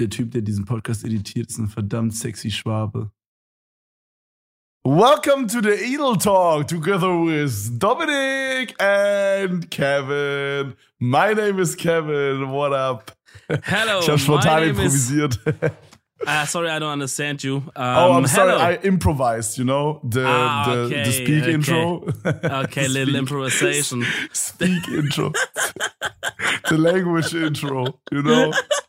Der Typ, der diesen Podcast editiert, ist ein verdammt sexy Schwabe. Welcome to the Edel Talk together with Dominic and Kevin. My name is Kevin. What up? Hello. Ich habe spontan improvisiert. Sorry, I don't understand you. I'm sorry, hello. I improvised, you know, the speak intro. Okay, little improvisation. Speak intro. The language intro, you know.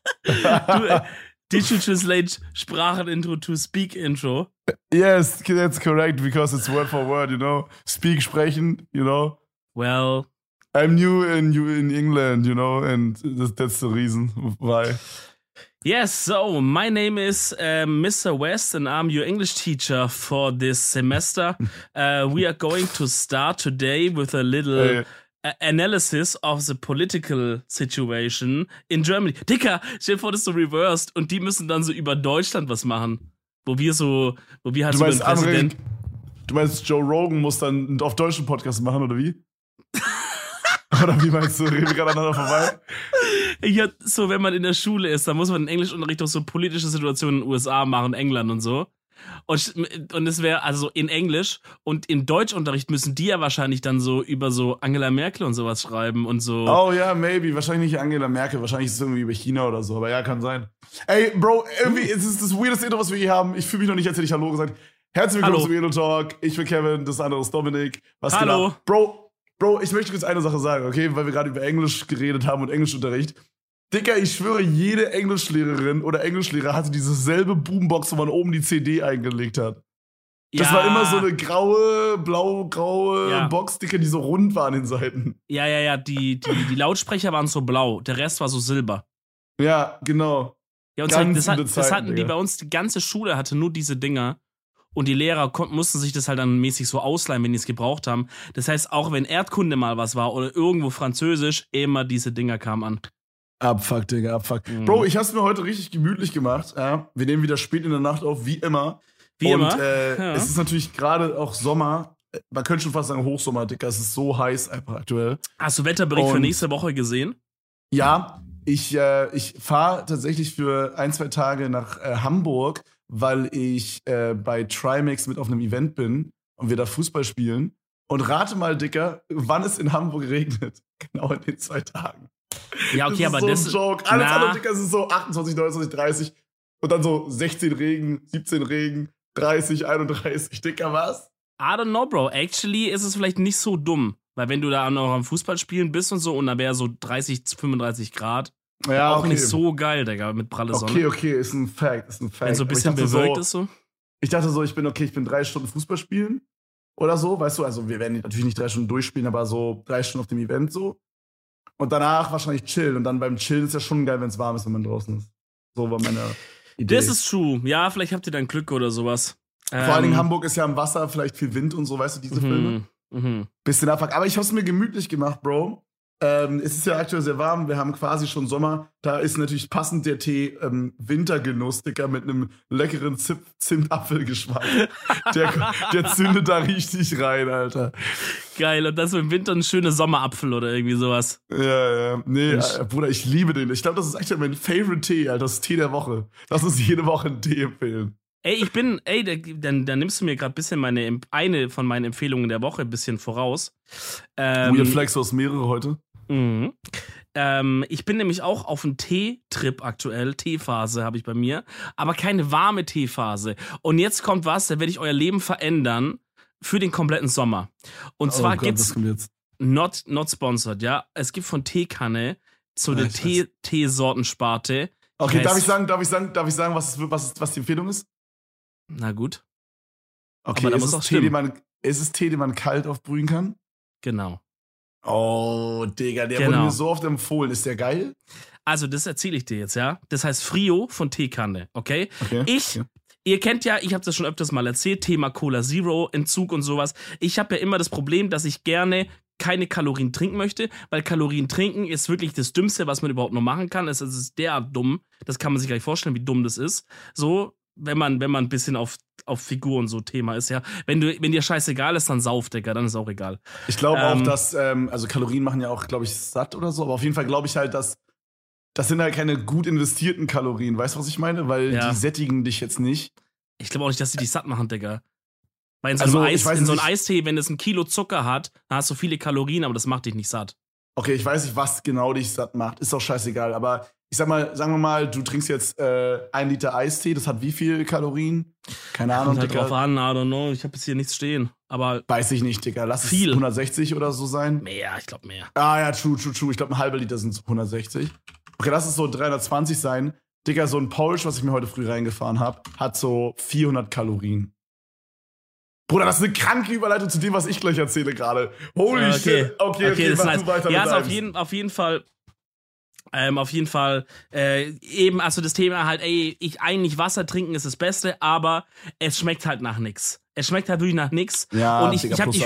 Did you translate Sprachenintro to speak intro? Yes, that's correct, because it's word for word, you know. Speak, sprechen, you know. Well, I'm new in England, you know, and that's the reason why. Yes, so my name is Mr. West and I'm your English teacher for this semester. We are going to start today with a little analysis of the political situation in Germany. Dicker, stell dir vor, das ist so reversed und die müssen dann so über Deutschland was machen. Wo wir halt so den Präsidenten... Du meinst, Joe Rogan muss dann auf deutschen Podcast machen, oder wie? Oder wie meinst du, reden wir gerade aneinander vorbei? Ja, so wenn man in der Schule ist, dann muss man in Englischunterricht auch so politische Situationen in den USA machen, England und so. Und es wäre also in Englisch und in Deutschunterricht müssen die ja wahrscheinlich dann so über so Angela Merkel und sowas schreiben und so. Oh ja, maybe. Wahrscheinlich nicht Angela Merkel, wahrscheinlich ist es irgendwie über China oder so, aber ja, kann sein. Ey, Bro, irgendwie es ist das weirdeste Intro, was wir hier haben. Ich fühle mich noch nicht, als hätte ich Hallo gesagt. Herzlich willkommen zum Edel Talk. Ich bin Kevin, das andere ist Dominik. Was Hallo. Genau? Bro, ich möchte kurz eine Sache sagen, okay? Weil wir gerade über Englisch geredet haben und Englischunterricht. Dicker, ich schwöre, jede Englischlehrerin oder Englischlehrer hatte diese selbe Boombox, wo man oben die CD eingelegt hat. Das war immer so eine graue, blau-graue Box, Dicker, die so rund war an den Seiten. Ja, die Lautsprecher waren so blau, der Rest war so silber. Ja, genau. Ja, und das hatten die bei uns, die ganze Schule hatte nur diese Dinger. Und die Lehrer mussten sich das halt dann mäßig so ausleihen, wenn die es gebraucht haben. Das heißt, auch wenn Erdkunde mal was war oder irgendwo Französisch, immer diese Dinger kamen an. Abfuck, Digga, abfuck. Mhm. Bro, ich hab's mir heute richtig gemütlich gemacht. Ja? Wir nehmen wieder spät in der Nacht auf, wie immer. Es ist natürlich gerade auch Sommer. Man könnte schon fast sagen Hochsommer, Digga. Es ist so heiß einfach aktuell. Hast du Wetterbericht für nächste Woche gesehen? Ja, ich fahre tatsächlich für 1-2 Tage nach Hamburg, weil ich bei Trimax mit auf einem Event bin und wir da Fußball spielen. Und rate mal, Dicker, wann es in Hamburg regnet. Genau in den 2 Tagen. Ja, okay, aber das ist so ein Joke. Alles andere, Dicker, es ist so 28, 29, 30 und dann so 16 Regen, 17 Regen, 30, 31. Dicker, was? I don't know, Bro. Actually ist es vielleicht nicht so dumm. Weil wenn du da noch am Fußballspielen bist und so und da wäre so 30, 35 Grad, ja, auch nicht so geil, Digga, mit pralle Sonne. Okay, ist ein Fact. Wenn so ein bisschen bewölkt ist so. Ich dachte so, ich bin 3 Stunden Fußball spielen oder so, weißt du, also wir werden natürlich nicht 3 Stunden durchspielen, aber so 3 Stunden auf dem Event so. Und danach wahrscheinlich chillen. Und dann beim Chillen ist ja schon geil, wenn es warm ist, wenn man draußen ist. So war meine Idee. Das ist true. Ja, vielleicht habt ihr dann Glück oder sowas. Vor allen Dingen Hamburg ist ja am Wasser, vielleicht viel Wind und so, weißt du, diese Filme. Bisschen Abfuck. Aber ich hab's mir gemütlich gemacht, Bro. Es ist ja aktuell sehr warm, wir haben quasi schon Sommer. Da ist natürlich passend der Tee Wintergenuss, Dicker, mit einem leckeren Zimt-Apfelgeschmack. Der zündet da richtig rein, Alter. Geil, und das im Winter ein schöner Sommerapfel oder irgendwie sowas. Ja. Nee, Bruder, ich liebe den. Ich glaube, das ist actually mein Favorite Tee, Alter. Das ist Tee der Woche. Lass uns jede Woche einen Tee empfehlen. Dann nimmst du mir gerade ein bisschen eine von meinen Empfehlungen der Woche ein bisschen voraus. Weird Flex, du hast mehrere heute. Mhm. Ich bin nämlich auch auf einem Tee-Trip aktuell. Teephase habe ich bei mir. Aber keine warme Teephase. Und jetzt kommt was, da werde ich euer Leben verändern für den kompletten Sommer. Und zwar gibt's not sponsored, ja. Es gibt von Teekanne so eine Teesortensparte. Okay, darf ich sagen, was die Empfehlung ist? Na gut. Okay, ist es Tee, den man kalt aufbrühen kann? Genau. Oh, Digga, der wurde mir so oft empfohlen. Ist der geil? Also, das erzähle ich dir jetzt, ja. Das heißt Frio von Teekanne, okay? Okay. Ihr kennt ja, ich habe das schon öfters mal erzählt, Thema Cola Zero, Entzug und sowas. Ich habe ja immer das Problem, dass ich gerne keine Kalorien trinken möchte, weil Kalorien trinken ist wirklich das Dümmste, was man überhaupt noch machen kann. Es ist derart dumm. Das kann man sich gar nicht vorstellen, wie dumm das ist. So, wenn man ein bisschen auf Figur und so Thema ist, ja. Wenn dir scheißegal ist, dann sauf, Digga, dann ist auch egal. Ich glaube auch, dass, also Kalorien machen ja auch, glaube ich, satt oder so, aber auf jeden Fall glaube ich halt, dass das sind halt keine gut investierten Kalorien. Weißt du, was ich meine? Weil die sättigen dich jetzt nicht. Ich glaube auch nicht, dass die dich satt machen, Digga. Weil in so einem Eistee, wenn es 1 Kilo Zucker hat, dann hast du viele Kalorien, aber das macht dich nicht satt. Okay, ich weiß nicht, was genau dich satt macht. Ist doch scheißegal. Aber ich sag mal, sagen wir mal, du trinkst jetzt 1 Liter Eistee. Das hat wie viel Kalorien? Keine Ahnung, Kommt halt drauf an, I don't know. Ich habe jetzt hier nichts stehen. Aber weiß ich nicht, Digga. Lass es 160 oder so sein. Mehr, ich glaube mehr. Ah ja, true. Ich glaube, ein halber Liter sind 160. Okay, lass es so 320 sein. Digga, so ein Porridge, was ich mir heute früh reingefahren habe, hat so 400 Kalorien. Bruder, das ist eine kranke Überleitung zu dem, was ich gleich erzähle gerade. Holy shit. Okay, mach nice. Du weiter. Ja, ist auf jeden Fall, eben, also das Thema halt, eigentlich Wasser trinken ist das Beste, aber es schmeckt halt nach nix. Es schmeckt halt wirklich nach nix. Ja, und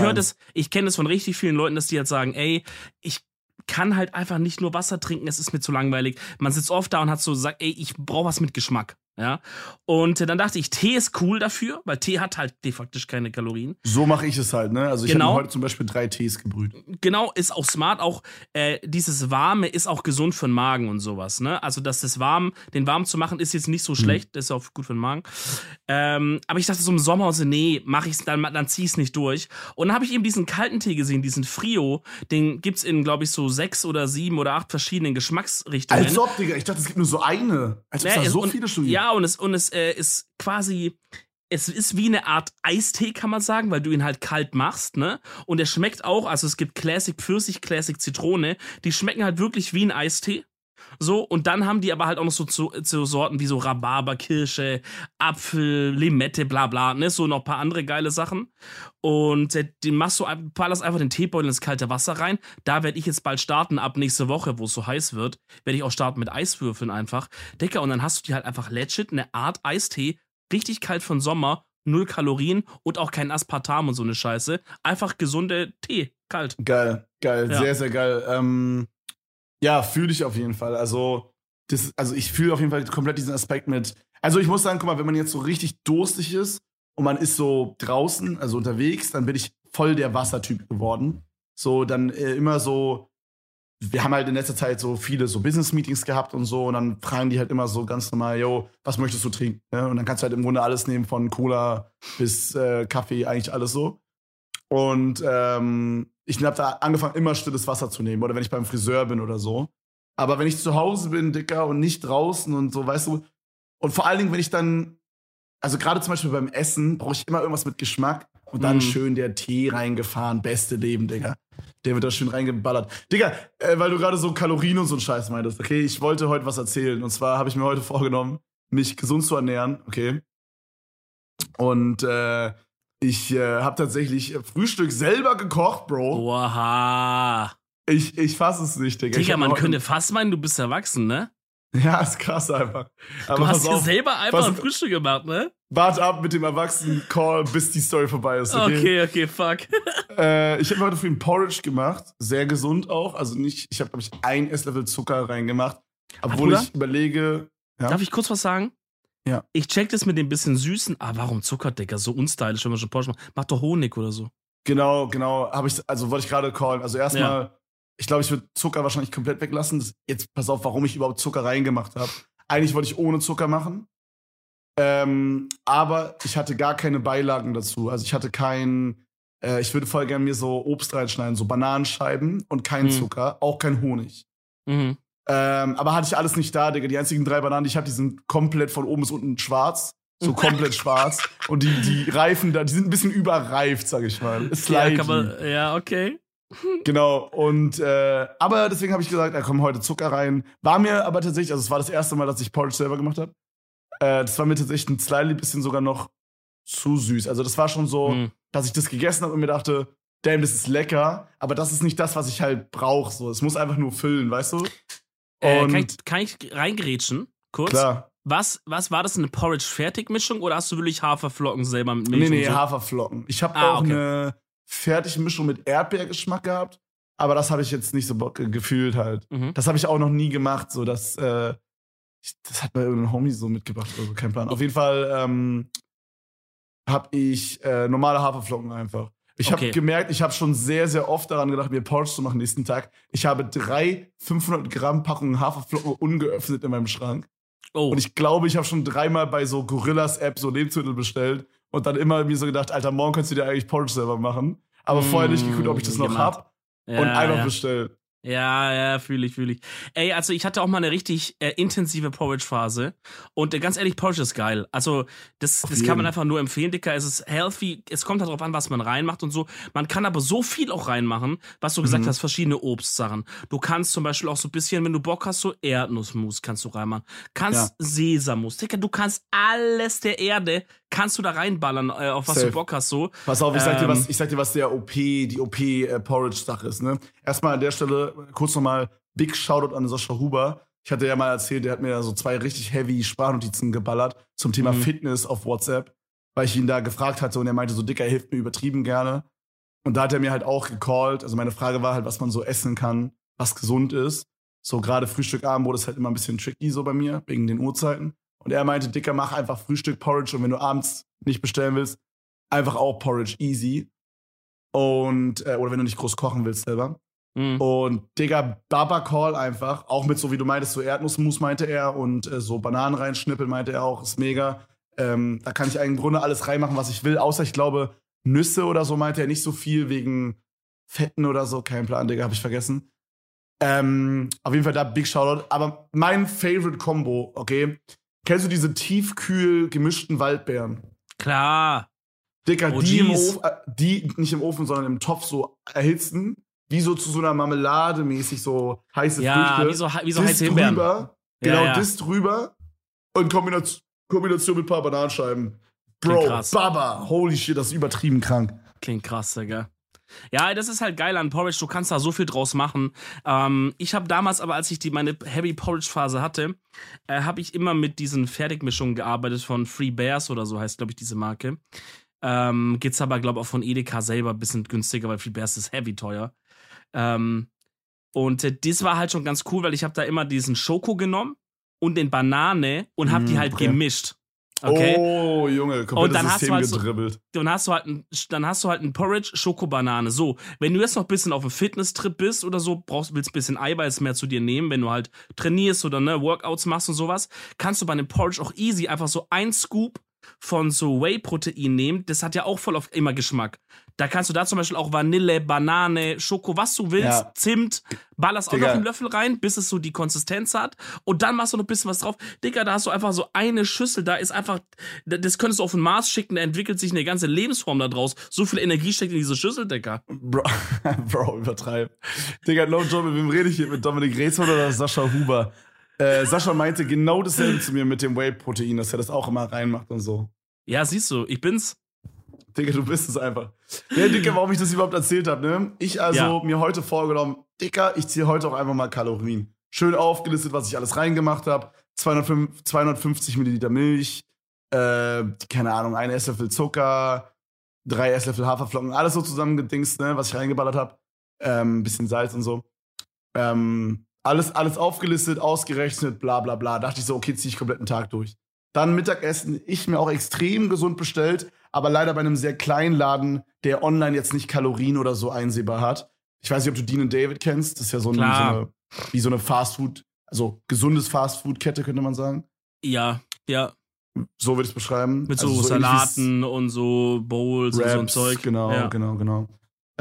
ich kenne das von richtig vielen Leuten, dass die halt sagen, ich kann halt einfach nicht nur Wasser trinken, es ist mir zu langweilig. Man sitzt oft da und hat so gesagt, ich brauche was mit Geschmack. Ja, und dann dachte ich, Tee ist cool dafür, weil Tee hat halt de facto keine Kalorien. So mache ich es halt, ne? Also ich habe mir heute zum Beispiel 3 Tees gebrüht. Genau, ist auch smart, auch dieses Warme ist auch gesund für den Magen und sowas, ne? Also den warm zu machen, ist jetzt nicht so schlecht, das ist auch gut für den Magen. Aber ich dachte so im Sommer, mach ich's, dann zieh ich's nicht durch. Und dann habe ich eben diesen kalten Tee gesehen, diesen Frio, den gibt's in, glaube ich, so 6 oder 7 oder 8 verschiedenen Geschmacksrichtungen. Als ob, Digga, ich dachte, es gibt nur so eine. Als ob es da so viele schon gibt. Ja, und es ist quasi, es ist wie eine Art Eistee, kann man sagen, weil du ihn halt kalt machst, ne? Und er schmeckt auch, also es gibt Classic Pfirsich, Classic Zitrone, die schmecken halt wirklich wie ein Eistee. So, und dann haben die aber halt auch noch so Sorten wie so Rhabarber, Kirsche, Apfel, Limette, bla bla, ne? So noch ein paar andere geile Sachen. Und den machst du, ballerst einfach den Teebeutel ins kalte Wasser rein. Da werde ich jetzt bald starten, ab nächste Woche, wo es so heiß wird, werde ich auch starten mit Eiswürfeln einfach. Digga, und dann hast du dir halt einfach legit eine Art Eistee, richtig kalt von Sommer, 0 Kalorien und auch kein Aspartam und so eine Scheiße. Einfach gesunde Tee, kalt. Geil, ja. Sehr, sehr geil. Ja, fühle ich auf jeden Fall. Also ich fühle auf jeden Fall komplett diesen Aspekt mit. Also ich muss sagen, guck mal, wenn man jetzt so richtig durstig ist und man ist so draußen, also unterwegs, dann bin ich voll der Wassertyp geworden. So, dann immer so, wir haben halt in letzter Zeit so viele so Business-Meetings gehabt und so und dann fragen die halt immer so ganz normal, yo, was möchtest du trinken? Ja, und dann kannst du halt im Grunde alles nehmen, von Cola bis Kaffee, eigentlich alles so. Und ich habe da angefangen, immer stilles Wasser zu nehmen. Oder wenn ich beim Friseur bin oder so. Aber wenn ich zu Hause bin, Dicker, und nicht draußen und so, weißt du. Und vor allen Dingen, wenn ich dann, also gerade zum Beispiel beim Essen, brauche ich immer irgendwas mit Geschmack. Und dann schön der Tee reingefahren. Beste Leben, Digga. Der wird da schön reingeballert. Digga, weil du gerade so Kalorien und so einen Scheiß meintest. Okay, ich wollte heute was erzählen. Und zwar habe ich mir heute vorgenommen, mich gesund zu ernähren. Okay. Und ich habe tatsächlich Frühstück selber gekocht, Bro. Oha. Ich fasse es nicht, Digga. Digga, man könnte fast meinen, du bist erwachsen, ne? Ja, ist krass einfach. Aber du hast dir selber einfach ein Frühstück gemacht, ne? Warte ab mit dem Erwachsenen-Call, bis die Story vorbei ist, okay? Okay, fuck. Ich habe mir heute früh ein Porridge gemacht. Sehr gesund auch. Also nicht, ich habe, glaube ich, 1 Esslöffel Zucker reingemacht. Obwohl ich überlege... Ja? Darf ich kurz was sagen? Ja. Ich check das mit dem bisschen Süßen. Warum Zucker, Digga? So unstylisch, wenn man schon Porridge macht. Mach doch Honig oder so. Genau. Wollte ich gerade callen. Also erstmal, ich glaube, ich würde Zucker wahrscheinlich komplett weglassen. Jetzt pass auf, warum ich überhaupt Zucker reingemacht habe. Eigentlich wollte ich ohne Zucker machen. Aber ich hatte gar keine Beilagen dazu. Also ich hatte ich würde voll gerne mir so Obst reinschneiden, so Bananenscheiben und kein Zucker, auch kein Honig. Mhm. Aber hatte ich alles nicht da, Digga. Die einzigen 3 Bananen, die ich habe, die sind komplett von oben bis unten schwarz. So komplett schwarz. Und die Reifen da, die sind ein bisschen überreift, sag ich mal. Ja, okay. Genau. Und aber deswegen habe ich gesagt, komm, heute Zucker rein. War mir aber tatsächlich, also es war das erste Mal, dass ich Porridge selber gemacht habe. Das war mir tatsächlich ein slightly bisschen sogar noch zu süß. Also das war schon so, dass ich das gegessen habe und mir dachte, damn, das ist lecker, aber das ist nicht das, was ich halt brauche. So. Es muss einfach nur füllen, weißt du? Kann ich reingerätschen? Kurz? Klar. Was war das, eine Porridge-Fertigmischung oder hast du wirklich Haferflocken selber mit Milch? Nee, so? Haferflocken. Ich habe auch eine Fertigmischung mit Erdbeergeschmack gehabt, aber das habe ich jetzt nicht so gefühlt halt. Mhm. Das habe ich auch noch nie gemacht, so dass das hat mir irgendein Homie so mitgebracht, also kein Plan. Auf jeden Fall habe ich normale Haferflocken einfach. Ich habe gemerkt, ich habe schon sehr, sehr oft daran gedacht, mir Porridge zu machen nächsten Tag. Ich habe 3 500 Gramm Packungen Haferflocken ungeöffnet in meinem Schrank. Oh. Und ich glaube, ich habe schon 3-mal bei so Gorillas-App so Lebensmittel bestellt und dann immer mir so gedacht, Alter, morgen kannst du dir eigentlich Porridge selber machen. Aber vorher nicht geguckt, ob ich das noch hab und einfach bestellt. Ja, fühle ich. Ey, also ich hatte auch mal eine richtig intensive Porridge-Phase und ganz ehrlich, Porridge ist geil. Also das kann man einfach nur empfehlen, Dicker. Es ist healthy, es kommt halt drauf an, was man reinmacht und so. Man kann aber so viel auch reinmachen, was du gesagt hast, verschiedene Obstsachen. Du kannst zum Beispiel auch so ein bisschen, wenn du Bock hast, so Erdnussmus kannst du reinmachen. Kannst Sesammus. Dicker, du kannst alles der Erde, kannst du da reinballern, auf was du Bock hast. So. Pass auf, ich sag dir, was die OP-Porridge-Sache ist, ne? Erstmal an der Stelle kurz nochmal Big Shoutout an Sascha Huber. Ich hatte ja mal erzählt, der hat mir so 2 richtig heavy Sprachnotizen geballert zum Thema Fitness auf WhatsApp, weil ich ihn da gefragt hatte und er meinte so, Dicker, er hilft mir übertrieben gerne. Und da hat er mir halt auch gecallt. Also meine Frage war halt, was man so essen kann, was gesund ist. So gerade Frühstück, Abendbrot ist halt immer ein bisschen tricky so bei mir, wegen den Uhrzeiten. Und er meinte, Dicker, mach einfach Frühstück, Porridge und wenn du abends nicht bestellen willst, einfach auch Porridge, easy. Und, oder wenn du nicht groß kochen willst selber. Und Digga, Baba Call einfach, auch mit so wie du meintest, so Erdnussmus meinte er und so Bananen reinschnippeln meinte er auch, ist mega. Da kann ich eigentlich im Grunde alles reinmachen, was ich will, außer ich glaube Nüsse oder so meinte er nicht so viel wegen Fetten oder so, kein Plan, Digga, hab ich vergessen. Auf jeden Fall da Big Shoutout, aber mein Favorite Combo, okay, kennst du diese tiefkühl gemischten Waldbeeren? Klar. Digga, die nicht im Ofen, sondern im Topf so erhitzen. Wie so zu so einer Marmelade mäßig, so heiße Früchte. Wie so heiße Himbeeren. Das drüber und Kombination mit ein paar Bananenscheiben. Bro, Baba, holy shit, das ist übertrieben krank. Klingt krass, Digga. Ja, das ist halt geil an Porridge, du kannst da so viel draus machen. Ich habe damals aber, als ich meine Heavy Porridge-Phase hatte, habe ich immer mit diesen Fertigmischungen gearbeitet von Free Bears oder so heißt, glaube ich, diese Marke. Geht's aber, glaube ich, auch von Edeka selber ein bisschen günstiger, weil Free Bears ist heavy teuer. Und das war halt schon ganz cool, weil ich habe da immer diesen Schoko genommen und den Banane und habe die halt gemischt. Okay? Oh, Junge, komplettes System gedribbelt. Dann hast du halt ein Porridge, Schokobanane. So, wenn du jetzt noch ein bisschen auf dem Fitness-Trip bist oder so, willst ein bisschen Eiweiß mehr zu dir nehmen, wenn du halt trainierst oder Workouts machst und sowas, kannst du bei einem Porridge auch easy einfach so ein Scoop von so Whey-Protein nehmen, das hat ja auch voll auf immer Geschmack. Da kannst du da zum Beispiel auch Vanille, Banane, Schoko, was du willst, Zimt, ballerst auch noch einen Löffel rein, bis es so die Konsistenz hat und dann machst du noch ein bisschen was drauf. Digga, da hast du einfach so eine Schüssel, da ist einfach, das könntest du auf den Mars schicken, da entwickelt sich eine ganze Lebensform da draus. So viel Energie steckt in diese Schüssel, Digga. Bro, übertreib. Digga, no joke, mit wem rede ich hier? Mit Dominik Reesmann oder Sascha Huber? Sascha meinte genau dasselbe zu mir mit dem Whey-Protein, dass er das auch immer reinmacht und so. Ja, siehst du, ich bin's. Digga, du bist es einfach. Ja, Digga, warum ich das überhaupt erzählt habe, ne? Ich mir heute vorgenommen, Digga, ich ziehe heute auch einfach mal Kalorien. Schön aufgelistet, was ich alles reingemacht habe. 250 Milliliter Milch, keine Ahnung, 1 Esslöffel Zucker, 3 Esslöffel Haferflocken, alles so zusammengedingst, ne, was ich reingeballert habe. Bisschen Salz und so. Alles aufgelistet, ausgerechnet, bla bla bla. Dachte ich so, okay, ziehe ich kompletten Tag durch. Dann Mittagessen, ich mir auch extrem gesund bestellt, aber leider bei einem sehr kleinen Laden, der online jetzt nicht Kalorien oder so einsehbar hat. Ich weiß nicht, ob du Dean & David kennst. Das ist ja so eine Fastfood, also gesundes Fastfood-Kette, könnte man sagen. Ja. So würde ich es beschreiben. Mit so Salaten und so Bowls Wraps, und so ein Zeug. Genau.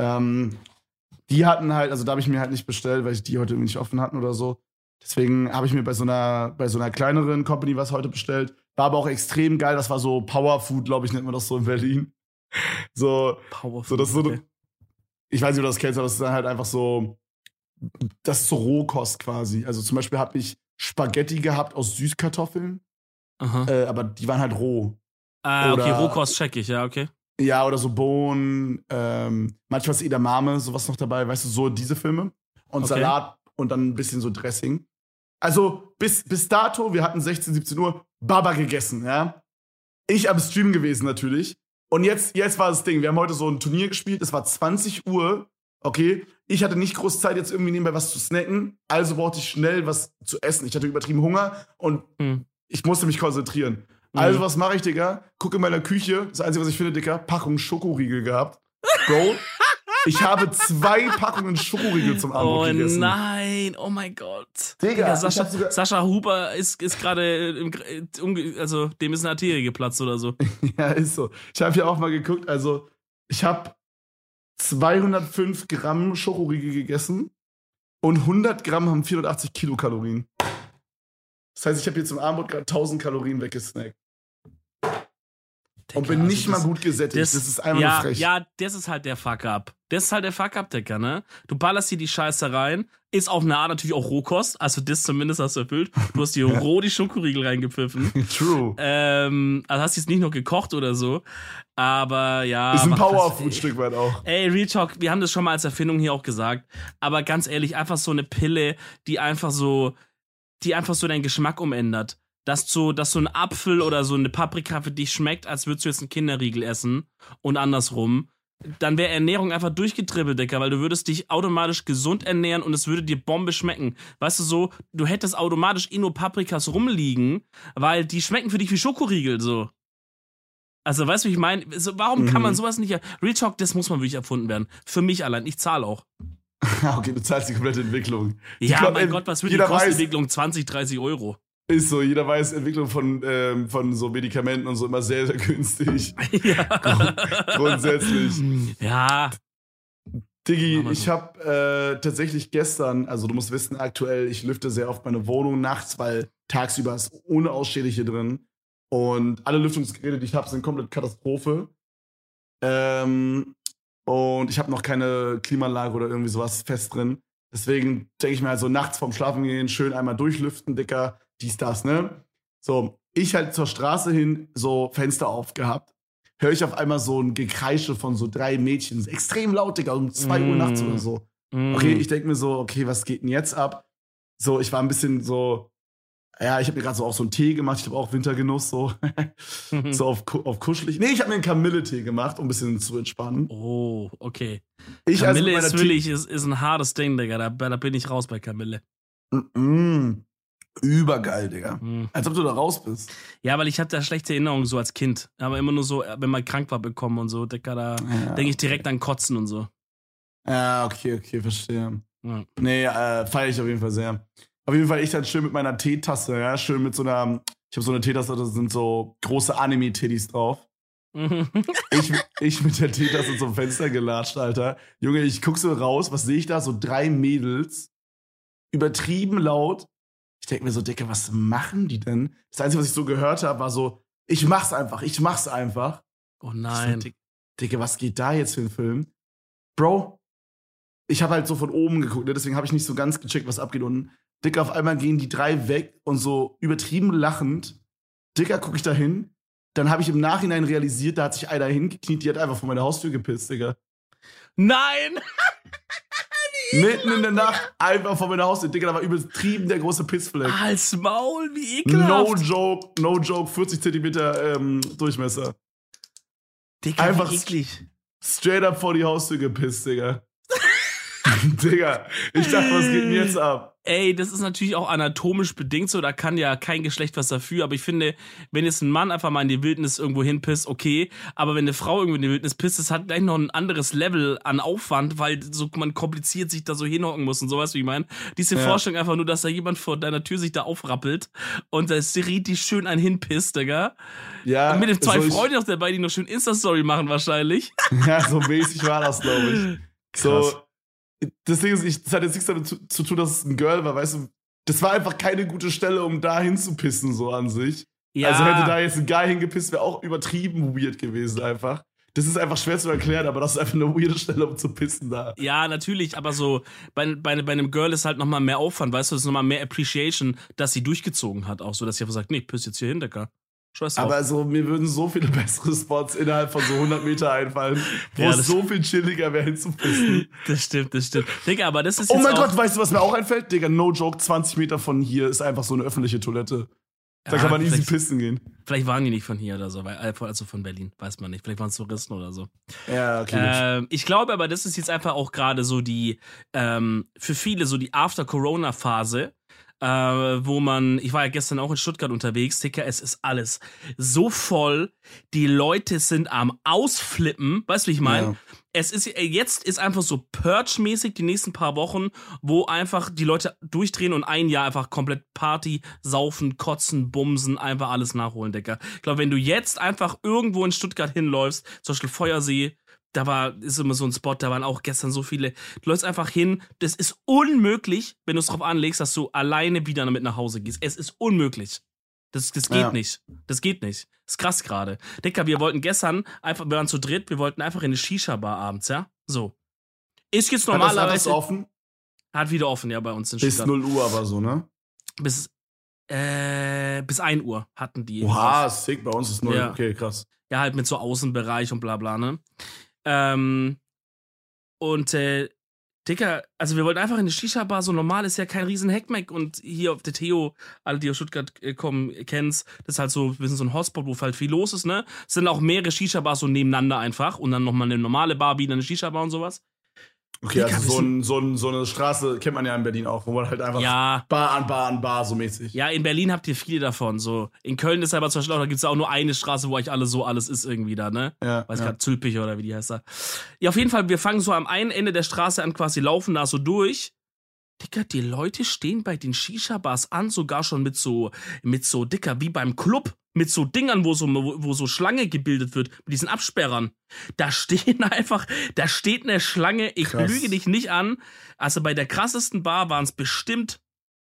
Die hatten halt, also da habe ich mir halt nicht bestellt, weil ich die heute irgendwie nicht offen hatten oder so. Deswegen habe ich mir bei so einer kleineren Company was heute bestellt. War aber auch extrem geil. Das war so Powerfood, glaube ich, nennt man das so in Berlin. Powerfood. Okay. Ich weiß nicht, ob du das kennst, aber das ist dann halt einfach so, das ist so Rohkost quasi. Also zum Beispiel habe ich Spaghetti gehabt aus Süßkartoffeln, aber die waren halt roh. Okay, Rohkost check ich, ja, okay. Ja, oder so Bohnen, manchmal ist Edamame, sowas noch dabei, weißt du, so diese Filme. Und Salat und dann ein bisschen so Dressing. Also bis dato, wir hatten 16, 17 Uhr, Baba gegessen, ja. Ich am Stream gewesen natürlich. Und jetzt war das Ding, wir haben heute so ein Turnier gespielt, es war 20 Uhr, okay. Ich hatte nicht groß Zeit, jetzt irgendwie nebenbei was zu snacken, also brauchte ich schnell was zu essen. Ich hatte übertrieben Hunger und ich musste mich konzentrieren. Also was mache ich, Digga? Guck in meiner Küche, das Einzige, was ich finde, Digga, Packung Schokoriegel gehabt. Bro, ich habe 2 Packungen Schokoriegel zum Abendbrot gegessen. Oh nein, oh mein Gott. Digga, Sascha Huber ist gerade, also dem ist eine Arterie geplatzt oder so. Ja, ist so. Ich habe hier auch mal geguckt, also ich habe 205 Gramm Schokoriegel gegessen und 100 Gramm haben 480 Kilokalorien. Das heißt, ich habe hier zum Abendbrot gerade 1000 Kalorien weggesnackt. Und bin nicht mal gut gesättigt. Das ist einfach nur frech. Ja, das ist halt der Fuck-up. Das ist halt der Fuck-up, Digga, ne? Du ballerst hier die Scheiße rein. Ist auf eine Art natürlich auch Rohkost. Also das zumindest hast du erfüllt. Du hast hier roh die Schokoriegel reingepfiffen. True. Also hast du jetzt nicht noch gekocht oder so. Aber ja. Ist ein Powerfood-Stück weit auch. Ey, Real Talk, wir haben das schon mal als Erfindung hier auch gesagt. Aber ganz ehrlich, einfach so eine Pille, die einfach so deinen Geschmack umändert. Dass so ein Apfel oder so eine Paprika für dich schmeckt, als würdest du jetzt einen Kinderriegel essen und andersrum, dann wäre Ernährung einfach durchgetribbelt, Digga, weil du würdest dich automatisch gesund ernähren und es würde dir Bombe schmecken. Weißt du so, du hättest automatisch nur Paprikas rumliegen, weil die schmecken für dich wie Schokoriegel, so. Also, weißt du, wie ich meine? So, warum kann man sowas nicht... Real Talk, das muss man wirklich erfunden werden. Für mich allein, ich zahle auch. Okay, du zahlst die komplette Entwicklung. Ja, mein Gott, was wird die Kostenentwicklung? 20, 30 Euro. Ist so, jeder weiß, Entwicklung von so Medikamenten und so immer sehr, sehr günstig. Ja. Grundsätzlich. Ja. Diggi, ich habe tatsächlich gestern, also du musst wissen, aktuell, ich lüfte sehr oft meine Wohnung nachts, weil tagsüber ist ohne Ausschädliche drin. Und alle Lüftungsgeräte, die ich habe, sind komplett Katastrophe. Und ich habe noch keine Klimaanlage oder irgendwie sowas fest drin. Deswegen denke ich mir halt so nachts vorm Schlafen gehen, schön einmal durchlüften, Dicker. Das, ne? So, ich halt zur Straße hin so Fenster aufgehabt, höre ich auf einmal so ein Gekreische von so 3 Mädchen, extrem laut, Digga, um 2 Uhr nachts oder so. Okay, ich denke mir so, okay, was geht denn jetzt ab? So, ich war ein bisschen so, ja, ich habe mir gerade so auch so einen Tee gemacht, ich habe auch Wintergenuss, so, so auf kuschelig. Nee, ich habe mir einen Kamille-Tee gemacht, um ein bisschen zu entspannen. Oh, okay. Kamille ist wirklich ist ein hartes Ding, Digga, da bin ich raus bei Kamille. Übergeil, Digga. Als ob du da raus bist. Ja, weil ich hatte da schlechte Erinnerungen so als Kind. Aber immer nur so, wenn man krank war bekommen und so, Digga, da denke ich direkt an Kotzen und so. Ja, okay, verstehe. Ja. Nee, feiere ich auf jeden Fall sehr. Auf jeden Fall ich dann schön mit meiner Teetasse, ja, schön mit so einer, ich habe so eine Teetasse, da sind so große Anime-Titties drauf. Ich mit der Teetasse zum Fenster gelatscht, Alter. Junge, ich guck so raus, was sehe ich da? So 3 Mädels, übertrieben laut. Ich denke mir so, Dicke, was machen die denn? Das Einzige, was ich so gehört habe, war so, ich mach's einfach. Oh nein. So, Dicke, was geht da jetzt für ein Film? Bro, ich habe halt so von oben geguckt, ne? Deswegen habe ich nicht so ganz gecheckt, was abgeht. Und Dicke, auf einmal gehen die 3 weg und so übertrieben lachend. Dicker, gucke ich da hin. Dann habe ich im Nachhinein realisiert, da hat sich einer hingekniet, die hat einfach vor meine Haustür gepisst, Digga. Nein! Mitten in der Nacht einfach vor meiner Haustür. Digga, da war übertrieben der große Pissfleck. Als Maul, wie ekelhaft. No joke, 40 Zentimeter Durchmesser. Digga, einfach eklig. Straight up vor die Haustür gepisst, Digga. Digga, ich dachte, was geht denn jetzt ab? Ey, das ist natürlich auch anatomisch bedingt so, da kann ja kein Geschlecht was dafür, aber ich finde, wenn jetzt ein Mann einfach mal in die Wildnis irgendwo hinpisst, okay, aber wenn eine Frau irgendwo in die Wildnis pisst, das hat gleich noch ein anderes Level an Aufwand, weil so man kompliziert sich da so hinhocken muss und sowas, wie ich meine. Diese Vorstellung einfach nur, dass da jemand vor deiner Tür sich da aufrappelt und da richtig schön einen hinpisst, Digga. Ja. Und mit den 2 Freunden noch dabei, die noch schön Insta-Story machen wahrscheinlich. Ja, so mäßig war das, glaube ich. Krass. So. Das Ding ist, das hat jetzt nichts damit zu tun, dass es ein Girl war, weißt du, das war einfach keine gute Stelle, um da hinzupissen, so an sich. Ja. Also hätte da jetzt ein Guy hingepisst, wäre auch übertrieben weird gewesen einfach. Das ist einfach schwer zu erklären, aber das ist einfach eine weirde Stelle, um zu pissen da. Ja, natürlich, aber so bei einem Girl ist halt nochmal mehr Aufwand, weißt du, das ist nochmal mehr Appreciation, dass sie durchgezogen hat, auch so, dass sie einfach sagt, nee, ich piss jetzt hier hin, Digga. Aber also, mir würden so viele bessere Spots innerhalb von so 100 Meter einfallen, wo es so viel chilliger wäre hinzupissen. Das stimmt. Digga, aber das ist jetzt Oh mein Gott, weißt du, was mir auch einfällt? Digga, no joke, 20 Meter von hier ist einfach so eine öffentliche Toilette. Da kann man easy pissen gehen. Vielleicht waren die nicht von hier oder so, also von Berlin, weiß man nicht. Vielleicht waren es Touristen oder so. Ja, okay. Ich glaube aber, das ist jetzt einfach auch gerade so die, für viele so die After-Corona-Phase, wo ich war ja gestern auch in Stuttgart unterwegs, Dicker, es ist alles so voll, die Leute sind am Ausflippen, weißt du, wie ich meine? Ja. Jetzt ist einfach so Purge-mäßig die nächsten paar Wochen, wo einfach die Leute durchdrehen und ein Jahr einfach komplett Party, saufen, kotzen, bumsen, einfach alles nachholen, Digga. Ich glaube, wenn du jetzt einfach irgendwo in Stuttgart hinläufst, zum Beispiel Feuersee, ist immer so ein Spot, da waren auch gestern so viele. Du läufst einfach hin, das ist unmöglich, wenn du es drauf anlegst, dass du alleine wieder damit nach Hause gehst. Es ist unmöglich. Das geht nicht. Das geht nicht. Das ist krass gerade. Dicker, wir wollten gestern wir waren zu dritt, wir wollten einfach in eine Shisha-Bar abends, ja? So. Ist jetzt normalerweise. Hat das offen? Hat wieder offen, ja, bei uns in Stuttgart. Bis 0 Uhr aber so, ne? Bis 1 Uhr hatten die. Oha, sick, bei uns ist 0 Uhr. Ja. Okay, krass. Ja, halt mit so Außenbereich und bla bla, ne? Dicker, also wir wollten einfach in eine Shisha-Bar, so normal, ist ja kein riesen Heckmeck und hier auf der Theo, alle, die aus Stuttgart kommen, kennen's, das ist halt so ein bisschen so ein Hotspot, wo halt viel los ist, ne? Es sind auch mehrere Shisha-Bars so nebeneinander einfach und dann nochmal eine normale Bar, wieder eine Shisha-Bar und sowas. Okay, Dicker, also so eine Straße kennt man ja in Berlin auch, wo man halt einfach Bar an Bar so mäßig. Ja, in Berlin habt ihr viele davon, so. In Köln ist aber zum Beispiel auch, da gibt's ja auch nur eine Straße, wo euch alles ist irgendwie da, ne? Ja. Weiß gerade, Zülpich oder wie die heißt da. Ja, auf jeden Fall, wir fangen so am einen Ende der Straße an, quasi laufen da so durch. Dicker, die Leute stehen bei den Shisha-Bars an, sogar schon mit so, Dicker, wie beim Club, mit so Dingern, wo so Schlange gebildet wird, mit diesen Absperrern. Da steht eine Schlange, ich lüge dich nicht an. Also bei der krassesten Bar waren es bestimmt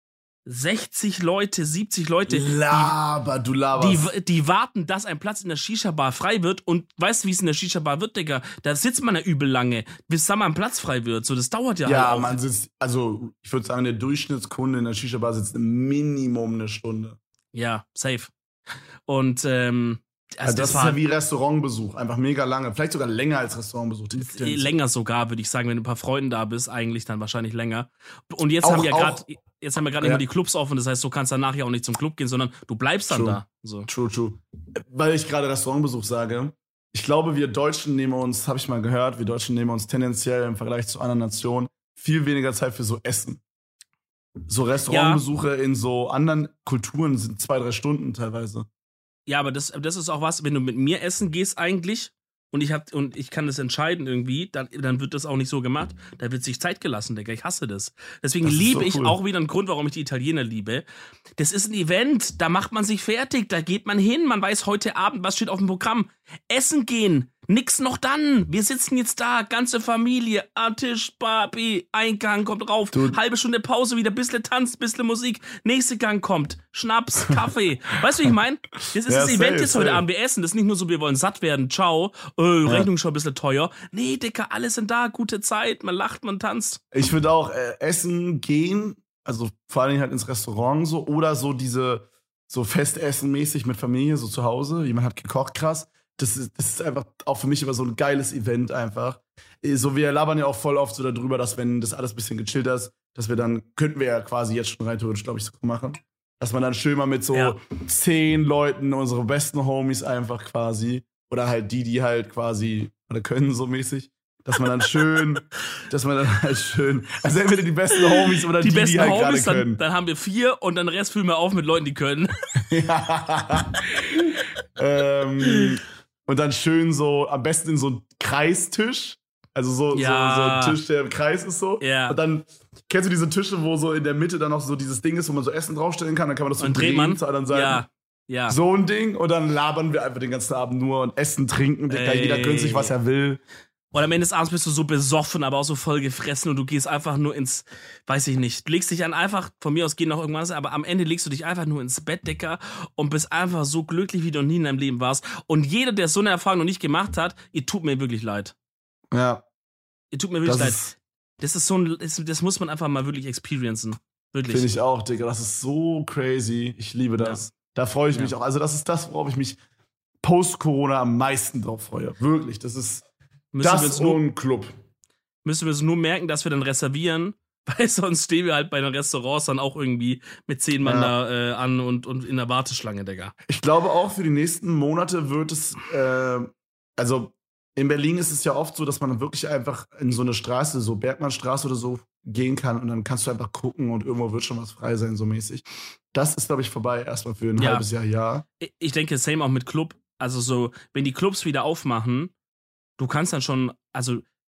60 Leute, 70 Leute. Du laberst. Die warten, dass ein Platz in der Shisha-Bar frei wird. Und weißt du, wie es in der Shisha-Bar wird, Digga? Da sitzt man ja übel lange, bis da mal ein Platz frei wird. So, das dauert ja halt auch. Ja, man sitzt, also ich würde sagen, der Durchschnittskunde in der Shisha-Bar sitzt Minimum eine Stunde. Ja, safe. Und also das ist ja wie Restaurantbesuch, einfach mega lange, vielleicht sogar länger als Restaurantbesuch. Länger sogar, würde ich sagen, wenn du ein paar Freunden da bist, eigentlich dann wahrscheinlich länger. Und jetzt haben wir gerade nicht nur die Clubs offen, das heißt, du kannst danach ja auch nicht zum Club gehen, sondern du bleibst dann da. So. True. Weil ich gerade Restaurantbesuch sage, ich glaube, wir Deutschen nehmen uns, habe ich mal gehört, tendenziell im Vergleich zu anderen Nationen viel weniger Zeit für so Essen. So Restaurantbesuche in so anderen Kulturen sind 2-3 Stunden teilweise. Ja, aber das ist auch was, wenn du mit mir essen gehst eigentlich und ich kann das entscheiden irgendwie, dann wird das auch nicht so gemacht. Da wird sich Zeit gelassen, Digga. Ich hasse das. Deswegen liebe ich auch wieder einen Grund, warum ich die Italiener liebe. Das ist ein Event, da macht man sich fertig, da geht man hin, man weiß heute Abend, was steht auf dem Programm. Essen gehen, nix noch dann. Wir sitzen jetzt da, ganze Familie, am Tisch, Papi, Eingang kommt rauf, halbe Stunde Pause, wieder bisschen Tanz, bisschen Musik, nächster Gang kommt, Schnaps, Kaffee. Weißt du, wie ich meine? Das ist das Event jetzt heute Abend, wir essen. Das ist nicht nur so, wir wollen satt werden, ciao, Rechnung schon ein bisschen teuer. Nee, Dicker, alle sind da, gute Zeit, man lacht, man tanzt. Ich würde auch essen gehen, also vor allem halt ins Restaurant so, oder so diese, so Festessen-mäßig mit Familie, so zu Hause. Jemand hat gekocht, krass. Das ist einfach auch für mich immer so ein geiles Event einfach. So, wir labern ja auch voll oft so darüber, dass wenn das alles ein bisschen gechillt ist, dass könnten wir ja quasi jetzt schon rein theoretisch, glaube ich, so machen. Dass man dann schön mal mit so 10 Leuten, unsere besten Homies einfach quasi, oder halt die halt quasi, oder können so mäßig, dass man dann also entweder die besten Homies oder die besten halt Homies, gerade können. Dann haben wir 4 und dann den Rest füllen wir auf mit Leuten, die können. Ja. Und dann schön so, am besten in so einen Kreistisch. Also so ein Tisch, der im Kreis ist so. Ja. Und dann, kennst du diese Tische, wo so in der Mitte dann noch so dieses Ding ist, wo man so Essen draufstellen kann? Dann kann man das so drehen zur anderen Seite. Ja. So ein Ding. Und dann labern wir einfach den ganzen Abend nur und essen, trinken. Jeder gönnt sich, was er will. Und am Ende des Abends bist du so besoffen, aber auch so voll gefressen und du gehst einfach nur weiß ich nicht, du legst dich dann einfach, von mir aus geht noch irgendwas, aber am Ende legst du dich einfach nur ins Bett, Dicker, und bist einfach so glücklich, wie du noch nie in deinem Leben warst. Und jeder, der so eine Erfahrung noch nicht gemacht hat, ihr tut mir wirklich leid. Ja. Ihr tut mir wirklich leid. Das ist das muss man einfach mal wirklich experiencen. Wirklich. Finde ich auch, Digga, das ist so crazy. Ich liebe das. Ja. Da freue ich mich auch. Also das ist das, worauf ich mich post-Corona am meisten drauf freue. Wirklich, das ist ein Club. Müssen wir uns nur merken, dass wir dann reservieren, weil sonst stehen wir halt bei den Restaurants dann auch irgendwie mit 10 Mann da an und in der Warteschlange, Digga. Ich glaube auch für die nächsten Monate wird es, also in Berlin ist es ja oft so, dass man wirklich einfach in so eine Straße, so Bergmannstraße oder so, gehen kann und dann kannst du einfach gucken und irgendwo wird schon was frei sein, so mäßig. Das ist, glaube ich, vorbei erstmal für ein halbes Jahr. Ich denke, same auch mit Club. Also so, wenn die Clubs wieder aufmachen, du kannst dann schon, also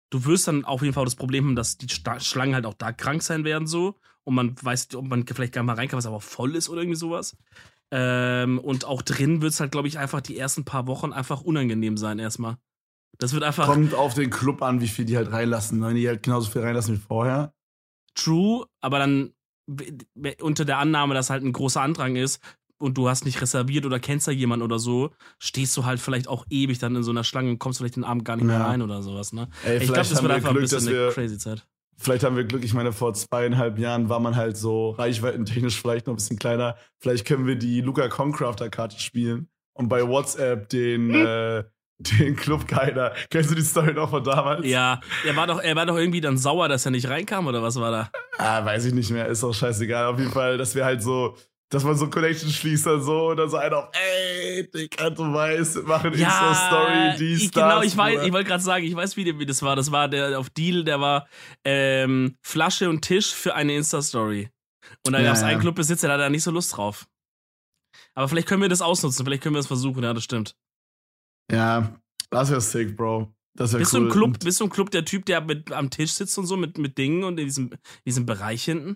du wirst dann auf jeden Fall das Problem haben, dass die Schlangen halt auch da krank sein werden so und man weiß, ob man vielleicht gar mal rein kann, was aber voll ist oder irgendwie sowas. Und auch drin wird es halt, glaube ich, einfach die ersten paar Wochen einfach unangenehm sein erstmal. Das wird einfach... Kommt auf den Club an, wie viel die halt reinlassen. Wenn die halt genauso viel reinlassen wie vorher. True, aber dann unter der Annahme, dass halt ein großer Andrang ist und du hast nicht reserviert oder kennst da jemanden oder so, stehst du halt vielleicht auch ewig dann in so einer Schlange und kommst vielleicht den Abend gar nicht mehr rein oder sowas, ne? Ey, ich glaube, das wird einfach ein bisschen eine crazy Zeit. Vielleicht haben wir Glück, ich meine, vor 2,5 Jahren war man halt so reichweitentechnisch vielleicht noch ein bisschen kleiner. Vielleicht können wir die Luca Concrafter-Karte spielen und bei WhatsApp den Club-Guider. Kennst du die Story noch von damals? Ja, er war doch irgendwie dann sauer, dass er nicht reinkam, oder was war da? Weiß ich nicht mehr, ist auch scheißegal. Auf jeden Fall, dass wir halt so, dass man so Connection schließt dann so und dann so einer auf, ey, Digga, du weißt, wir machen Insta-Story, genau, ich wollte gerade sagen, ich weiß, wie das war. Das war der auf Deal, der war Flasche und Tisch für eine Insta-Story. Und da gab es einen Clubbesitzer, der hat da nicht so Lust drauf. Aber vielleicht können wir das ausnutzen, vielleicht können wir das versuchen, ja, das stimmt. Ja, das wäre sick, Bro. Das wäre cool. Bist du im Club der Typ, der am Tisch sitzt und so mit Dingen und in diesem Bereich hinten?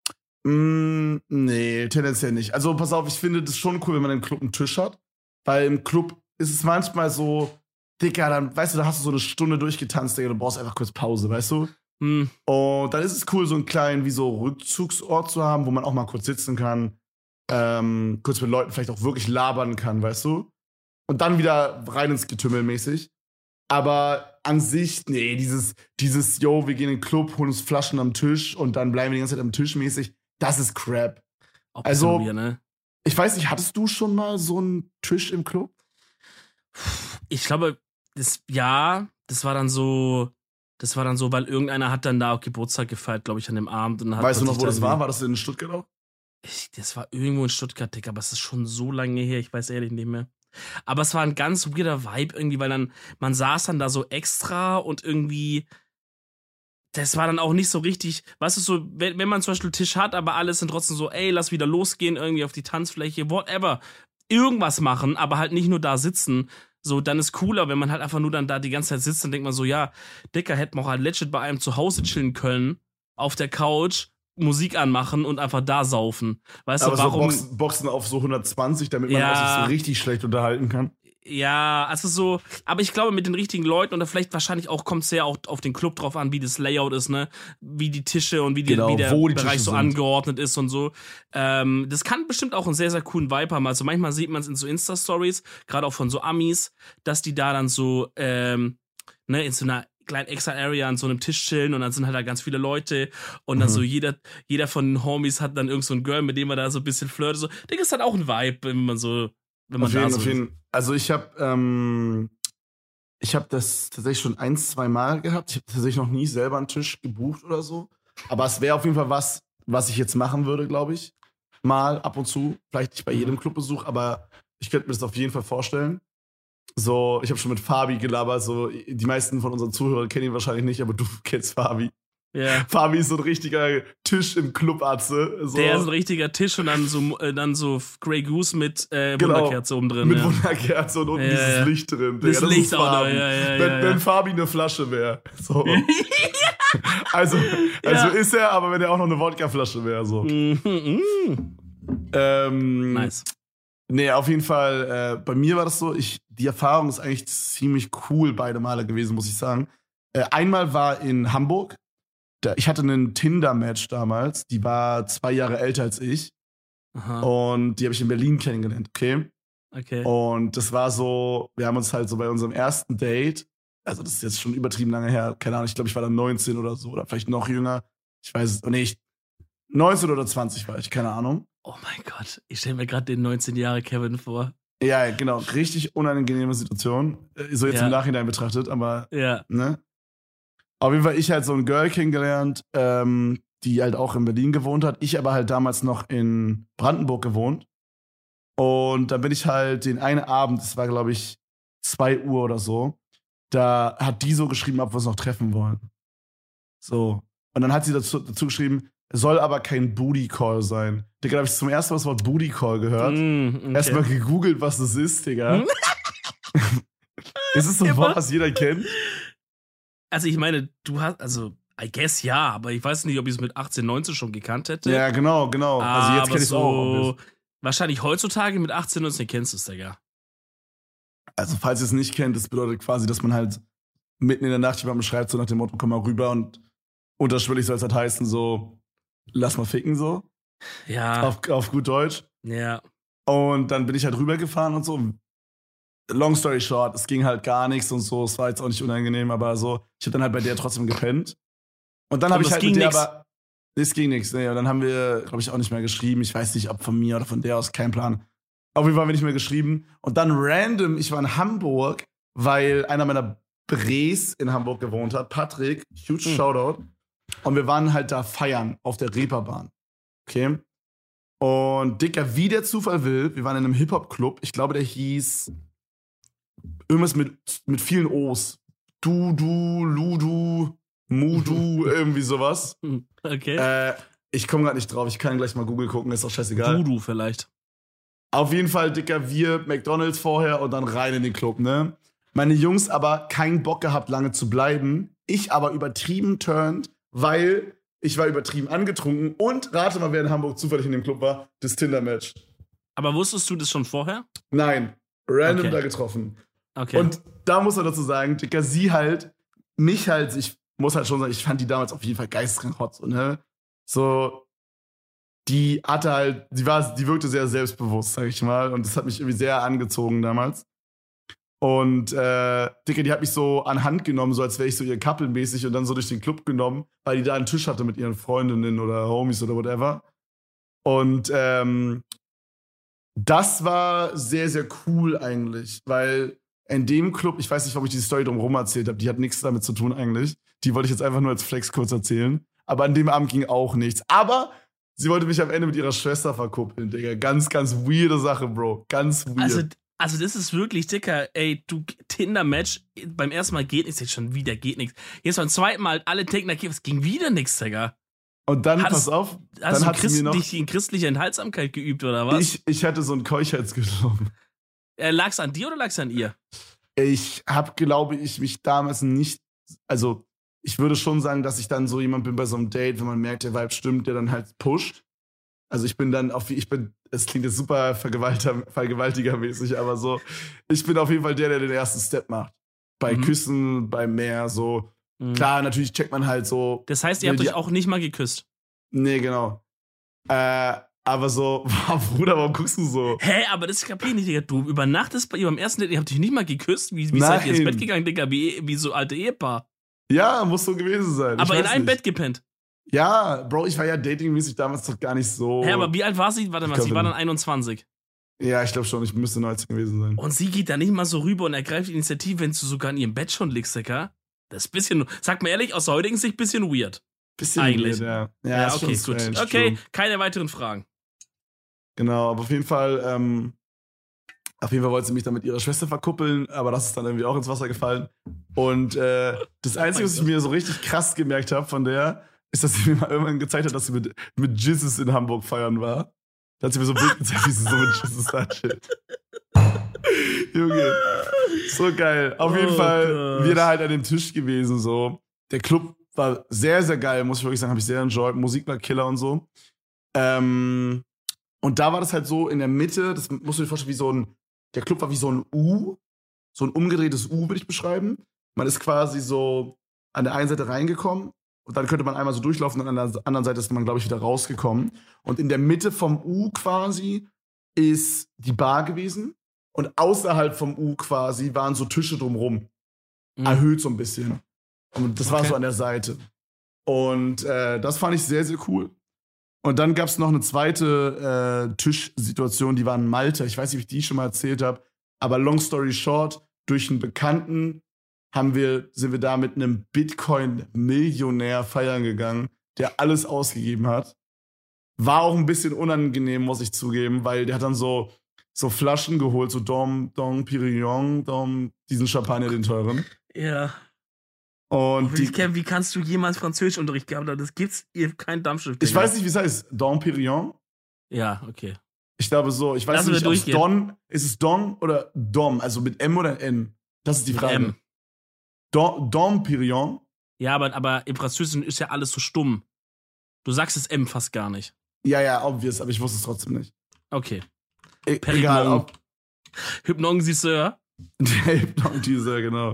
Nee, tendenziell nicht. Also pass auf, ich finde das schon cool, wenn man im Club einen Tisch hat. Weil im Club ist es manchmal so, Dicker, dann, weißt du, da hast du so eine Stunde durchgetanzt, Digga, du brauchst einfach kurz Pause, weißt du? Und dann ist es cool, so einen kleinen, wie so Rückzugsort zu haben, wo man auch mal kurz sitzen kann, kurz mit Leuten vielleicht auch wirklich labern kann, weißt du? Und dann wieder rein ins Getümmel mäßig. Aber an sich, nee, dieses, yo, wir gehen in den Club, holen uns Flaschen am Tisch und dann bleiben wir die ganze Zeit am Tisch mäßig, das ist Crap. Also, weird, ne? Ich weiß nicht, hattest du schon mal so einen Tisch im Club? Ich glaube, das war dann so, weil irgendeiner hat dann da auch Geburtstag gefeiert, glaube ich, an dem Abend. Und weißt du noch, wo das war? War das in Stuttgart auch? Das war irgendwo in Stuttgart, Digga, aber es ist schon so lange her, ich weiß ehrlich nicht mehr. Aber es war ein ganz weirder Vibe irgendwie, weil dann, man saß dann da so extra und irgendwie, das war dann auch nicht so richtig, weißt du, so, wenn man zum Beispiel einen Tisch hat, aber alle sind trotzdem so, ey, lass wieder losgehen, irgendwie auf die Tanzfläche, whatever, irgendwas machen, aber halt nicht nur da sitzen, so, dann ist cooler, wenn man halt einfach nur dann da die ganze Zeit sitzt, dann denkt man so, ja, Dicker, hätten wir auch halt legit bei einem zu Hause chillen können, auf der Couch, Musik anmachen und einfach da saufen. Weißt aber du, warum? So Boxen auf so 120, damit man auch sich so richtig schlecht unterhalten kann. Ja, also so, aber ich glaube mit den richtigen Leuten oder vielleicht wahrscheinlich auch kommt es sehr auch auf den Club drauf an, wie das Layout ist, ne, wie die Tische und wie der Bereich so angeordnet ist und so. Das kann bestimmt auch einen sehr, sehr coolen Vibe haben. Also manchmal sieht man es in so Insta-Stories, gerade auch von so Amis, dass die da dann so, in so einer kleinen extra Area an so einem Tisch chillen und dann sind halt da ganz viele Leute und dann so jeder von den Homies hat dann irgend so ein Girl, mit dem man da so ein bisschen flirtet. So, ich denke, es hat auch ein Vibe, wenn man da so ist. Also ich habe das tatsächlich schon 1-2 Mal gehabt. Ich habe tatsächlich noch nie selber einen Tisch gebucht oder so. Aber es wäre auf jeden Fall was ich jetzt machen würde, glaube ich. Mal ab und zu. Vielleicht nicht bei jedem Clubbesuch, aber ich könnte mir das auf jeden Fall vorstellen. So, ich habe schon mit Fabi gelabert. So, die meisten von unseren Zuhörern kennen ihn wahrscheinlich nicht, aber du kennst Fabi. Yeah. Fabi ist so ein richtiger Tisch im Clubatze. So. Der ist ein richtiger Tisch und dann so Grey Goose mit Wunderkerze oben drin. Mit Wunderkerze und unten dieses Licht drin. Das Licht auch noch, wenn Fabi eine Flasche wäre. So. also ist er, aber wenn er auch noch eine Wodkaflasche wäre. So. Nice. Nee, auf jeden Fall, bei mir war das so, die Erfahrung ist eigentlich ziemlich cool beide Male gewesen, muss ich sagen. Einmal war in Hamburg. Ich hatte einen Tinder-Match damals, die war 2 Jahre älter als ich. Aha. Und die habe ich in Berlin kennengelernt, okay? Und das war so, wir haben uns halt so bei unserem ersten Date, also das ist jetzt schon übertrieben lange her, keine Ahnung, ich glaube, ich war dann 19 oder so, oder vielleicht noch jünger. Ich weiß es, 19 oder 20 war ich, keine Ahnung. Oh mein Gott, ich stelle mir gerade den 19 Jahre Kevin vor. Ja, genau, richtig unangenehme Situation, so jetzt im Nachhinein betrachtet, aber, ne? Auf jeden Fall, ich halt so ein Girl kennengelernt, die halt auch in Berlin gewohnt hat. Ich aber halt damals noch in Brandenburg gewohnt. Und dann bin ich halt den einen Abend, das war glaube ich 2 Uhr oder so, da hat die so geschrieben, ob wir uns noch treffen wollen. So. Und dann hat sie dazu geschrieben, soll aber kein Booty Call sein. Digga, da habe ich zum ersten Mal das Wort Booty Call gehört. Okay. Erstmal gegoogelt, was das ist, Digga. Ist es so ein Wort, was jeder kennt? Also ich meine, du hast, also I guess ja, aber ich weiß nicht, ob ich es mit 18, 19 schon gekannt hätte. Ja, genau. Also jetzt kenn ich es auch. Wahrscheinlich heutzutage mit 18, 19 kennst du es, Digga. Also falls ihr es nicht kennt, das bedeutet quasi, dass man halt mitten in der Nacht jemandem schreibt, so nach dem Motto, komm mal rüber, und unterschwellig soll es halt heißen, so, lass mal ficken, so. Ja. Auf gut Deutsch. Ja. Und dann bin ich halt rübergefahren und so. Long story short, es ging halt gar nichts und so, es war jetzt auch nicht unangenehm, aber so, ich hab dann halt bei der trotzdem gepennt. Und dann habe ich halt mit der aber, es ging nichts, ne, und dann haben wir, glaube ich, auch nicht mehr geschrieben. Ich weiß nicht, ob von mir oder von der aus, kein Plan. Auf jeden Fall haben wir nicht mehr geschrieben. Und dann random, ich war in Hamburg, weil einer meiner Bres in Hamburg gewohnt hat, Patrick, huge Shoutout. Und wir waren halt da feiern auf der Reeperbahn. Okay? Und Dicker, wie der Zufall will, wir waren in einem Hip-Hop-Club, ich glaube, der hieß irgendwas mit vielen O's. Du, Ludu, Mudu, irgendwie sowas. Okay. Ich komme gerade nicht drauf, ich kann gleich mal Google gucken, ist auch scheißegal. Voodoo vielleicht. Auf jeden Fall, Dicker, wir McDonald's vorher und dann rein in den Club, ne? Meine Jungs aber keinen Bock gehabt, lange zu bleiben. Ich aber übertrieben turned, weil ich war übertrieben angetrunken und rate mal, wer in Hamburg zufällig in dem Club war, das Tinder-Match. Aber wusstest du das schon vorher? Nein, random da getroffen. Okay. Und da muss man dazu sagen, Dicker, sie halt, mich halt, ich muss halt schon sagen, ich fand die damals auf jeden Fall geisteskrank hot, so, ne? So, die hatte halt, die wirkte sehr selbstbewusst, sag ich mal, und das hat mich irgendwie sehr angezogen damals. Und Dicker, die hat mich so an Hand genommen, so als wäre ich so ihr Couple-mäßig, und dann so durch den Club genommen, weil die da einen Tisch hatte mit ihren Freundinnen oder Homies oder whatever. Und das war sehr, sehr cool eigentlich, weil in dem Club, ich weiß nicht, ob ich die Story drumherum erzählt habe, die hat nichts damit zu tun eigentlich. Die wollte ich jetzt einfach nur als Flex kurz erzählen. Aber an dem Abend ging auch nichts. Aber sie wollte mich am Ende mit ihrer Schwester verkuppeln, Digga. Ganz, ganz weirde Sache, Bro. Ganz weird. Also das ist wirklich, Dicker, ey, du, Tinder-Match, beim ersten Mal geht nichts, jetzt schon wieder geht nichts. Jetzt beim zweiten Mal, alle Tinder, es ging wieder nichts, Digga. Und dann, pass auf, dann hat sie mir noch... Hast du in christlicher Enthaltsamkeit geübt, oder was? Ich hatte so ein Keuchheitsgenommen. Lag's an dir oder lag's an ihr? Ich habe, glaube ich, mich damals nicht... Also, ich würde schon sagen, dass ich dann so jemand bin bei so einem Date, wenn man merkt, der Vibe stimmt, der dann halt pusht. Also ich bin dann es klingt jetzt super Vergewaltigermäßig, aber so, ich bin auf jeden Fall der den ersten Step macht. Bei Küssen, beim Meer, so. Klar, natürlich checkt man halt so. Das heißt, ihr habt euch auch nicht mal geküsst? Nee, genau. Aber so, Bruder, warum guckst du so? Hä, aber das kapier ich nicht, Digga. Du übernachtest bei ihr beim ersten Date, ihr habt euch nicht mal geküsst? Wie seid ihr ins Bett gegangen, Digga? Wie so alte Ehepaar? Ja, muss so gewesen sein. Aber in einem Bett gepennt? Ja, Bro, ich war ja datingmäßig damals doch gar nicht so. Hä, aber wie alt war sie? Warte mal, sie war dann 21. Ja, ich glaube schon, ich müsste 19 gewesen sein. Und sie geht da nicht mal so rüber und ergreift die Initiative, wenn du sogar in ihrem Bett schon liegst, Digga. Das ist ein bisschen, sag mal ehrlich, aus der heutigen Sicht ein bisschen weird. Bisschen eigentlich. Weird, ja. Ja, okay, gut. Strange, okay, true. keine weiteren Fragen. Genau, aber auf jeden Fall wollte sie mich dann mit ihrer Schwester verkuppeln, aber das ist dann irgendwie auch ins Wasser gefallen. Und das Einzige, was ich mir so richtig krass gemerkt habe von der, ist, dass sie mir mal irgendwann gezeigt hat, dass sie mit Jizzes in Hamburg feiern war. Da hat sie mir so ein Bild gezeigt, wie sie so mit Jizzes da chillt. Junge, so geil. Auf jeden Fall, wir da halt an dem Tisch gewesen, so. Der Club war sehr, sehr geil, muss ich wirklich sagen, habe ich sehr enjoyed. Musik war Killer und so. Und da war das halt so in der Mitte, das musst du dir vorstellen, der Club war wie so ein U, so ein umgedrehtes U, würde ich beschreiben. Man ist quasi so an der einen Seite reingekommen und dann könnte man einmal so durchlaufen und an der anderen Seite ist man, glaube ich, wieder rausgekommen. Und in der Mitte vom U quasi ist die Bar gewesen und außerhalb vom U quasi waren so Tische drumrum. Erhöht so ein bisschen. Und das war so an der Seite. Und das fand ich sehr, sehr cool. Und dann gab es noch eine zweite Tischsituation, die war in Malta. Ich weiß nicht, ob ich die schon mal erzählt habe. Aber long story short, durch einen Bekannten sind wir da mit einem Bitcoin-Millionär feiern gegangen, der alles ausgegeben hat. War auch ein bisschen unangenehm, muss ich zugeben, weil der hat dann so Flaschen geholt, so Dom Pérignon, diesen Champagner, den teuren. Ja. Und wie kannst du jemals Französischunterricht gehabt haben? Das gibt's ihr kein Dampfschiff. Ich weiß nicht, wie es heißt. Dom Pérignon? Ja, okay. Ich glaube so. Ich weiß nicht, ob es Don, ist es Don oder Dom? Also mit M oder N? Das ist die Frage. M. Domperion. Ja, aber im Französischen ist ja alles so stumm. Du sagst das M fast gar nicht. Ja, obvious, aber ich wusste es trotzdem nicht. Okay. Egal. Hypnotiseur. Der Hypnotiseur, genau.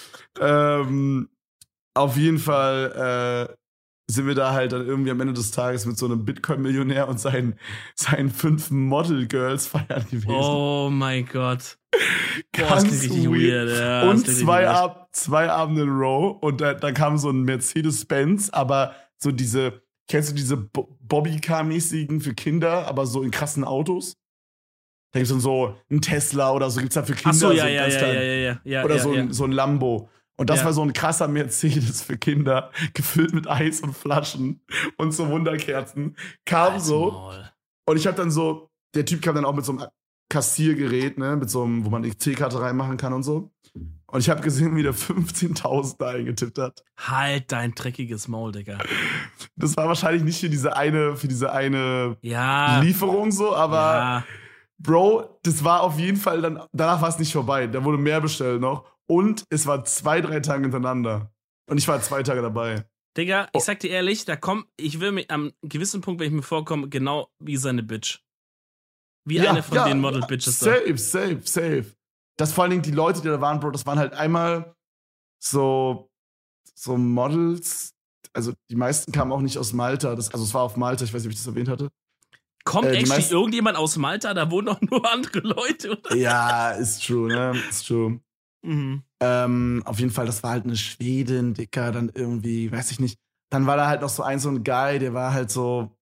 Auf jeden Fall sind wir da halt dann irgendwie am Ende des Tages mit so einem Bitcoin-Millionär und seinen 5 Model-Girls feiern gewesen. Oh mein Gott. Boah, das klingt richtig weird. Ja, und zwei Abende in Row und da kam so ein Mercedes-Benz, aber so kennst du diese Bobbycar-mäßigen für Kinder, aber so in krassen Autos? Da gibt es dann so ein Tesla oder so, gibt es da für Kinder. Ach so, ja. Oder so ein Lambo. Und das war so ein krasser Mercedes für Kinder, gefüllt mit Eis und Flaschen und so Wunderkerzen. Kam so. Und ich hab dann so, der Typ kam dann auch mit so einem Kassiergerät, ne, mit so einem, wo man die C-Karte reinmachen kann und so. Und ich habe gesehen, wie der 15.000 da eingetippt hat. Halt dein dreckiges Maul, Digga. Das war wahrscheinlich nicht für diese eine Lieferung so, aber Bro, das war auf jeden Fall danach war es nicht vorbei. Da wurde mehr bestellt noch. Und es war 2-3 Tage hintereinander. Und ich war 2 Tage dabei. Digga, ich sag dir ehrlich, ich will mir am gewissen Punkt, wenn ich mir vorkomme, genau wie seine Bitch. Wie eine von den Model-Bitches da. Safe. Das vor allen Dingen die Leute, die da waren, Bro, das waren halt einmal so Models. Also die meisten kamen auch nicht aus Malta. Also es war auf Malta, ich weiß nicht, ob ich das erwähnt hatte. Kommt actually irgendjemand aus Malta? Da wohnen doch nur andere Leute, oder? Ja, ist true, ne? Ist true. Mhm. Auf jeden Fall, das war halt eine Schwedin, Dicker, dann irgendwie, weiß ich nicht. Dann war da halt noch so ein Guy, der war halt so,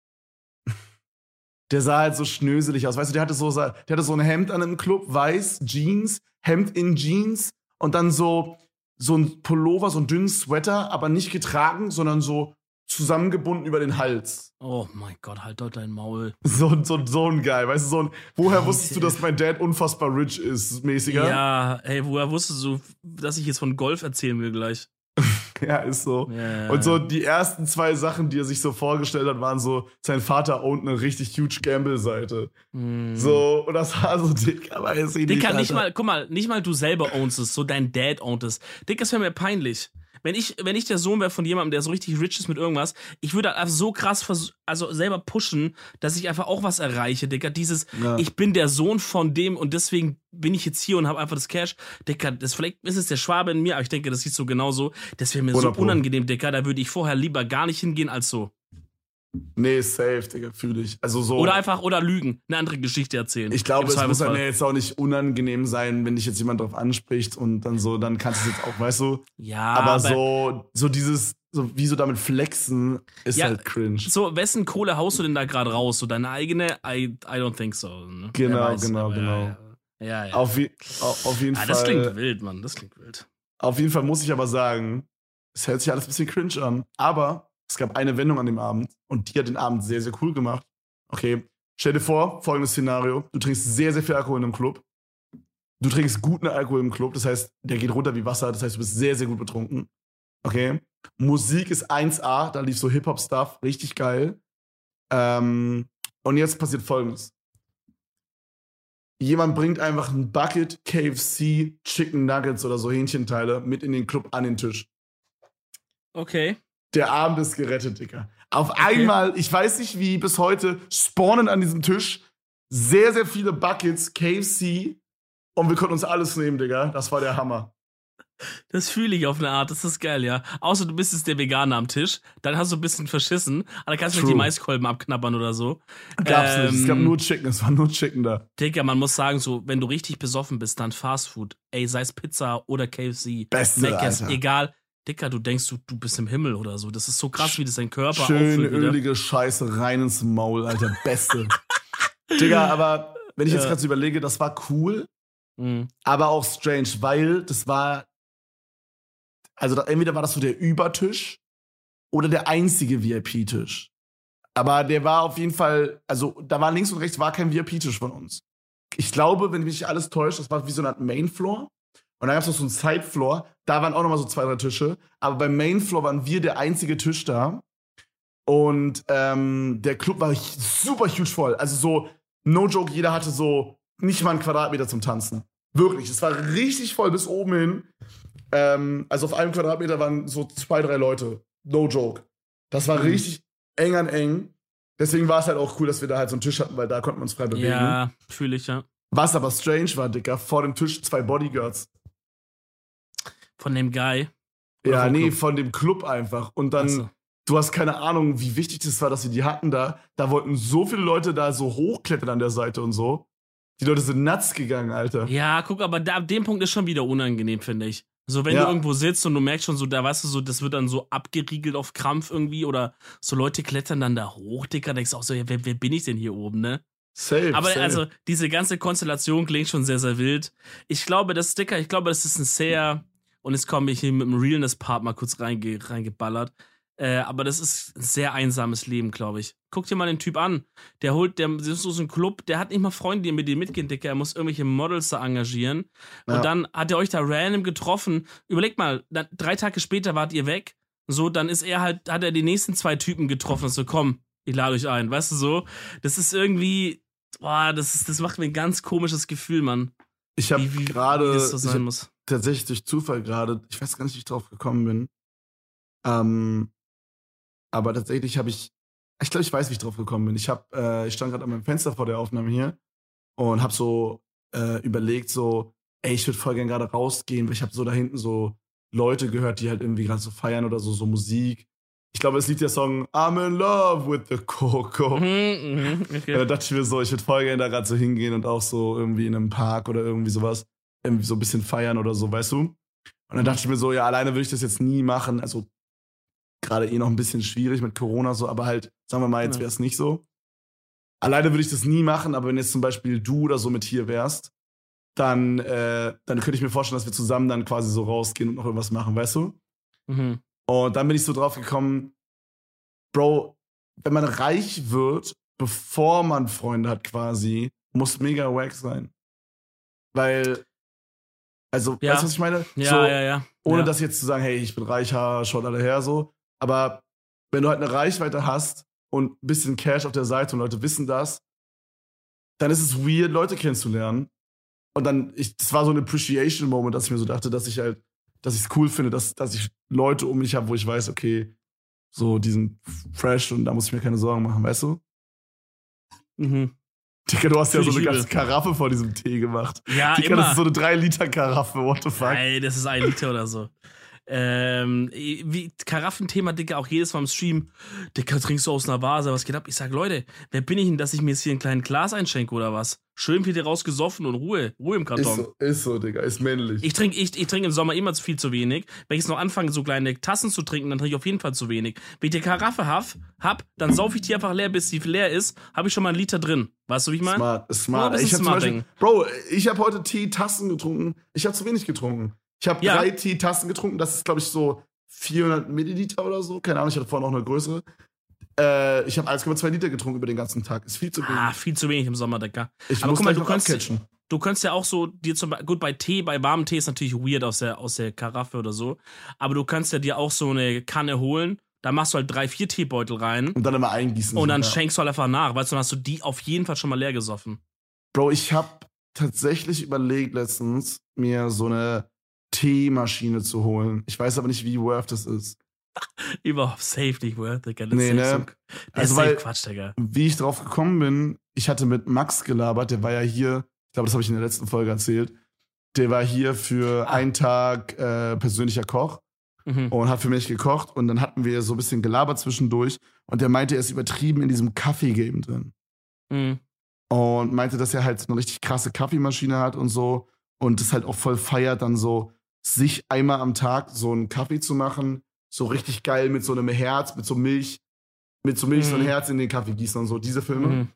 der sah halt so schnöselig aus. Weißt du, der hatte so ein Hemd an einem Club, weiß, Jeans, Hemd in Jeans und dann so ein Pullover, so ein dünnen Sweater, aber nicht getragen, sondern so zusammengebunden über den Hals. Oh mein Gott, halt dort dein Maul. So ein Guy, weißt du, woher wusstest du, dass mein Dad unfassbar rich ist, mäßiger? Ja, ey, woher wusstest du, dass ich jetzt von Golf erzählen will gleich? Ja, ist so. Ja. Und so die ersten 2 Sachen, die er sich so vorgestellt hat, waren so, sein Vater ownt eine richtig huge Gamble-Seite. So, und das war so dick, aber er ist Dicker, nicht mal du selber ownst es, so dein Dad ownt es. Dick, das wäre mir peinlich. Wenn ich der Sohn wäre von jemandem, der so richtig rich ist mit irgendwas, ich würde einfach so krass selber pushen, dass ich einfach auch was erreiche, Digga. Ich bin der Sohn von dem und deswegen bin ich jetzt hier und habe einfach das Cash. Digga, vielleicht ist es der Schwabe in mir, aber ich denke, das siehst du genauso. Das wäre mir so unangenehm, Digga. Da würde ich vorher lieber gar nicht hingehen als so. Nee, safe, Digga, fühle ich. Also so. Oder lügen, eine andere Geschichte erzählen. Ich glaube, es muss mir jetzt auch nicht unangenehm sein, wenn dich jetzt jemand drauf anspricht und dann kannst du es jetzt auch, weißt du? Ja. Aber so dieses, so wie so damit flexen, ist halt cringe. So, wessen Kohle haust du denn da gerade raus? So deine eigene? I don't think so. Ne? Genau. Ja. Auf jeden Fall. Das klingt wild, Mann, das klingt wild. Auf jeden Fall muss ich aber sagen, es hört sich alles ein bisschen cringe an, aber es gab eine Wendung an dem Abend und die hat den Abend sehr, sehr cool gemacht. Okay, stell dir vor, folgendes Szenario. Du trinkst sehr, sehr viel Alkohol in einem Club. Du trinkst guten Alkohol im Club, das heißt, der geht runter wie Wasser, das heißt, du bist sehr, sehr gut betrunken. Okay, Musik ist 1A, da lief so Hip-Hop-Stuff, richtig geil. Und jetzt passiert Folgendes. Jemand bringt einfach ein Bucket KFC Chicken Nuggets oder so Hähnchenteile mit in den Club an den Tisch. Okay. Der Abend ist gerettet, Digga. Auf einmal, ich weiß nicht wie, bis heute spawnen an diesem Tisch sehr, sehr viele Buckets, KFC und wir konnten uns alles nehmen, Digga. Das war der Hammer. Das fühle ich auf eine Art, das ist geil, ja. Außer du bist jetzt der Veganer am Tisch, dann hast du ein bisschen verschissen, aber dann kannst du nicht die Maiskolben abknabbern oder so. Gab's nicht, es gab nur Chicken, es war nur Chicken da. Digga, man muss sagen, so, wenn du richtig besoffen bist, dann Fast Food, ey, sei es Pizza oder KFC, Mc's, egal. Dicker, du denkst, du bist im Himmel oder so. Das ist so krass, wie das dein Körper auffüllt. Schön ölige Scheiße rein ins Maul, Alter. Beste. Digga, aber wenn ich jetzt gerade so überlege, das war cool, aber auch strange, weil das war, also entweder war das so der Übertisch oder der einzige VIP-Tisch. Aber der war auf jeden Fall, also da war links und rechts war kein VIP-Tisch von uns. Ich glaube, wenn mich alles täuscht, das war wie so eine Art Mainfloor. Und dann gab es noch so einen Sidefloor, da waren auch nochmal so 2, 3 Tische. Aber beim Mainfloor waren wir der einzige Tisch da. Und der Club war super huge voll. Also so, no joke, jeder hatte so nicht mal einen Quadratmeter zum Tanzen. Wirklich, es war richtig voll bis oben hin. Also auf einem Quadratmeter waren so 2, 3 Leute. No joke. Das war richtig eng an eng. Deswegen war es halt auch cool, dass wir da halt so einen Tisch hatten, weil da konnten wir uns frei bewegen. Ja, fühle ich, ja. Was aber strange war, Dicker, vor dem Tisch 2 Bodyguards. Von dem Guy? Ja, nee, von dem Club einfach. Und dann, du hast keine Ahnung, wie wichtig das war, dass wir die hatten da. Da wollten so viele Leute da so hochklettern an der Seite und so. Die Leute sind nuts gegangen, Alter. Ja, guck, aber ab dem Punkt ist schon wieder unangenehm, finde ich. So, wenn du irgendwo sitzt und du merkst schon so, da weißt du so, das wird dann so abgeriegelt auf Krampf irgendwie oder so Leute klettern dann da hoch, Dicker, denkst du auch so, ja, wer bin ich denn hier oben, ne? Safe. Aber safe. also, diese ganze Konstellation klingt schon sehr, sehr wild. Ich glaube, das ist ein sehr, und jetzt komme ich hier mit dem Realness-Part mal kurz reingeballert, aber das ist ein sehr einsames Leben, glaube ich. Guck dir mal den Typ an. Der ist so ein Club, der hat nicht mal Freunde, die mit dem mitgehen, Dicker. Er muss irgendwelche Models da engagieren. Ja. Und dann hat er euch da random getroffen. Überlegt mal, 3 Tage später wart ihr weg. So, dann hat er die nächsten 2 Typen getroffen. Und so, komm, ich lade euch ein. Weißt du so? Das ist irgendwie, das macht mir ein ganz komisches Gefühl, Mann. Ich habe gerade, das so sein muss. Tatsächlich durch Zufall gerade, ich weiß gar nicht, wie ich drauf gekommen bin. Aber tatsächlich habe ich glaube, ich weiß, wie ich drauf gekommen bin. Ich stand gerade an meinem Fenster vor der Aufnahme hier und habe so überlegt, so, ey, ich würde voll gern gerade rausgehen, weil ich habe so da hinten so Leute gehört, die halt irgendwie gerade so feiern oder so Musik. Ich glaube, es liegt der Song I'm in love with the Coco. Okay. Da dachte ich mir so, ich würde voll gern da gerade so hingehen und auch so irgendwie in einem Park oder irgendwie sowas, irgendwie so ein bisschen feiern oder so, weißt du? Und dann dachte ich mir so, ja, alleine würde ich das jetzt nie machen, also gerade noch ein bisschen schwierig mit Corona so, aber halt, sagen wir mal, jetzt wäre es nicht so. Alleine würde ich das nie machen, aber wenn jetzt zum Beispiel du oder so mit hier wärst, dann könnte ich mir vorstellen, dass wir zusammen dann quasi so rausgehen und noch irgendwas machen, weißt du? Mhm. Und dann bin ich so drauf gekommen, Bro, wenn man reich wird, bevor man Freunde hat quasi, muss mega wack sein. Weil, also, weißt du, was ich meine? Ja, so, ja. Ohne das jetzt zu sagen, hey, ich bin reich, schaut alle her, so. Aber wenn du halt eine Reichweite hast und ein bisschen Cash auf der Seite und Leute wissen das, dann ist es weird, Leute kennenzulernen. Und dann, das war so ein Appreciation-Moment, dass ich mir so dachte, dass ich es cool finde, dass ich Leute um mich habe, wo ich weiß, okay, so, die sind fresh und da muss ich mir keine Sorgen machen, weißt du? Mhm. Digga, du hast ja so eine ganze Karaffe vor diesem Tee gemacht. Ja, Digga, immer. das ist so eine 3-Liter-Karaffe, what the fuck? Ey, das ist 1 Liter oder so. Wie Karaffenthema, Digga, auch jedes Mal im Stream. Digga, trinkst du aus einer Vase, was geht ab? Ich sag, Leute, wer bin ich denn, dass ich mir jetzt hier ein kleines Glas einschenke oder was? Schön viel rausgesoffen und Ruhe im Karton. Ist so, Digga, ist männlich. Ich trinke im Sommer immer viel zu wenig. Wenn ich noch anfange, so kleine Tassen zu trinken, dann trinke ich auf jeden Fall zu wenig. Wenn ich die Karaffe hab, dann saufe ich die einfach leer, bis sie leer ist, habe ich schon mal 1 Liter drin. Weißt du, wie ich meine? Smart. Ich habe heute Teetassen getrunken. Ich habe zu wenig getrunken. Ich habe 3 Teetassen getrunken. Das ist, glaube ich, so 400 Milliliter oder so. Keine Ahnung, ich hatte vorhin noch eine größere. Ich habe 1,2 Liter getrunken über den ganzen Tag. Ist viel zu wenig. Viel zu wenig im Sommer, Digga. Aber guck mal, du kannst ja auch so dir gut, bei warmem Tee ist natürlich weird aus der Karaffe oder so. Aber du kannst ja dir auch so eine Kanne holen. Da machst du halt 3, 4 Teebeutel rein. Und dann immer eingießen. Und dann schenkst du halt einfach nach. Weißt du, dann hast du die auf jeden Fall schon mal leer gesoffen. Bro, ich habe tatsächlich überlegt letztens, mir so eine Teemaschine zu holen. Ich weiß aber nicht, wie worth das ist. Überhaupt safe nicht worth, Digga. Nee, ne? Also, weil, Quatsch, Digga. Wie ich drauf gekommen bin, ich hatte mit Max gelabert, der war ja hier, ich glaube, das habe ich in der letzten Folge erzählt, der war hier für einen Tag persönlicher Koch und hat für mich gekocht und dann hatten wir so ein bisschen gelabert zwischendurch und der meinte, er ist übertrieben in diesem Kaffee-Game drin. Mhm. Und meinte, dass er halt so eine richtig krasse Kaffeemaschine hat und so und das halt auch voll feiert, dann so sich einmal am Tag so einen Kaffee zu machen, so richtig geil mit so einem Herz, mit so Milch so ein Herz in den Kaffee gießen und so, diese Filme.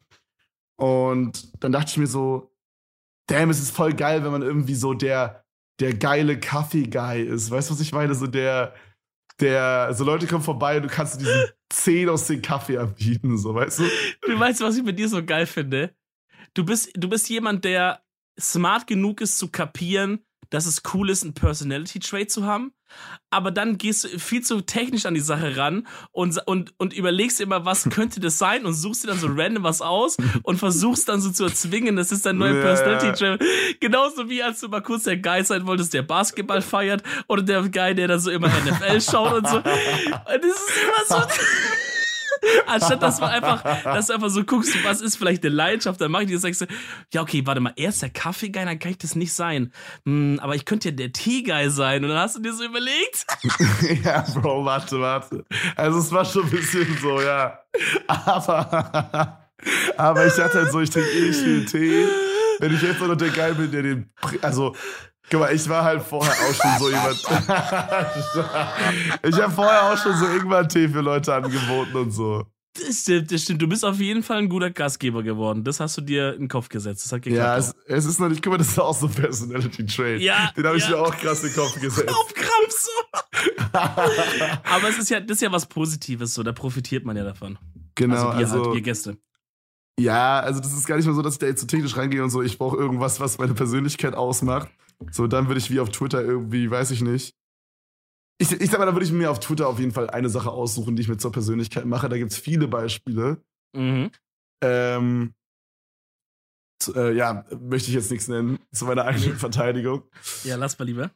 Und dann dachte ich mir so, damn, es ist voll geil, wenn man irgendwie so der geile Kaffee-Guy ist. Weißt du, was ich meine? So so Leute kommen vorbei und du kannst diesen 10 aus 10 Kaffee anbieten, so, weißt du? Du weißt, was ich mit dir so geil finde? Du bist jemand, der smart genug ist zu kapieren, dass es cool ist, einen Personality-Trait zu haben, aber dann gehst du viel zu technisch an die Sache ran und überlegst immer, was könnte das sein und suchst dir dann so random was aus und versuchst dann so zu erzwingen, das ist dein neuer Personality-Trait. Genauso wie als du mal kurz der Guy sein wolltest, der Basketball feiert oder der Guy, der dann so immer NFL schaut und so. Und das ist immer so... Anstatt, dass du einfach so guckst, was ist vielleicht eine Leidenschaft, dann mach ich das, sagst du, ja, okay, warte mal, er ist der Kaffee-Guy, dann kann ich das nicht sein. Aber ich könnte ja der Tee-Guy sein. Und dann hast du dir so überlegt. Ja, Bro, warte. Also, es war schon ein bisschen so, ja. Aber ich dachte halt so, ich trinke eh viel Tee. Wenn ich jetzt noch der Guy bin, der den, also, guck mal, ich war halt vorher auch schon so jemand. Ich habe vorher auch schon so irgendwann Tee für Leute angeboten und so. Das stimmt. Du bist auf jeden Fall ein guter Gastgeber geworden. Das hast du dir in den Kopf gesetzt. Das hat geklappt. Ja, es ist noch nicht, guck mal, das ist auch so ein Personality-Trait. Ja, den habe ich mir auch krass in den Kopf gesetzt. Aufkrampf so. Aber das ist ja was Positives, so. Da profitiert man ja davon. Genau, also wir Gäste. Ja, also das ist gar nicht mal so, dass ich da jetzt so technisch reingehe und so, ich brauche irgendwas, was meine Persönlichkeit ausmacht. So, dann würde ich wie auf Twitter irgendwie, weiß ich nicht. Ich sag mal, da würde ich mir auf Twitter auf jeden Fall eine Sache aussuchen, die ich mit zur Persönlichkeit mache. Da gibt's viele Beispiele. Mhm. Möchte ich jetzt nichts nennen, zu meiner eigenen Verteidigung. Ja, lass mal lieber.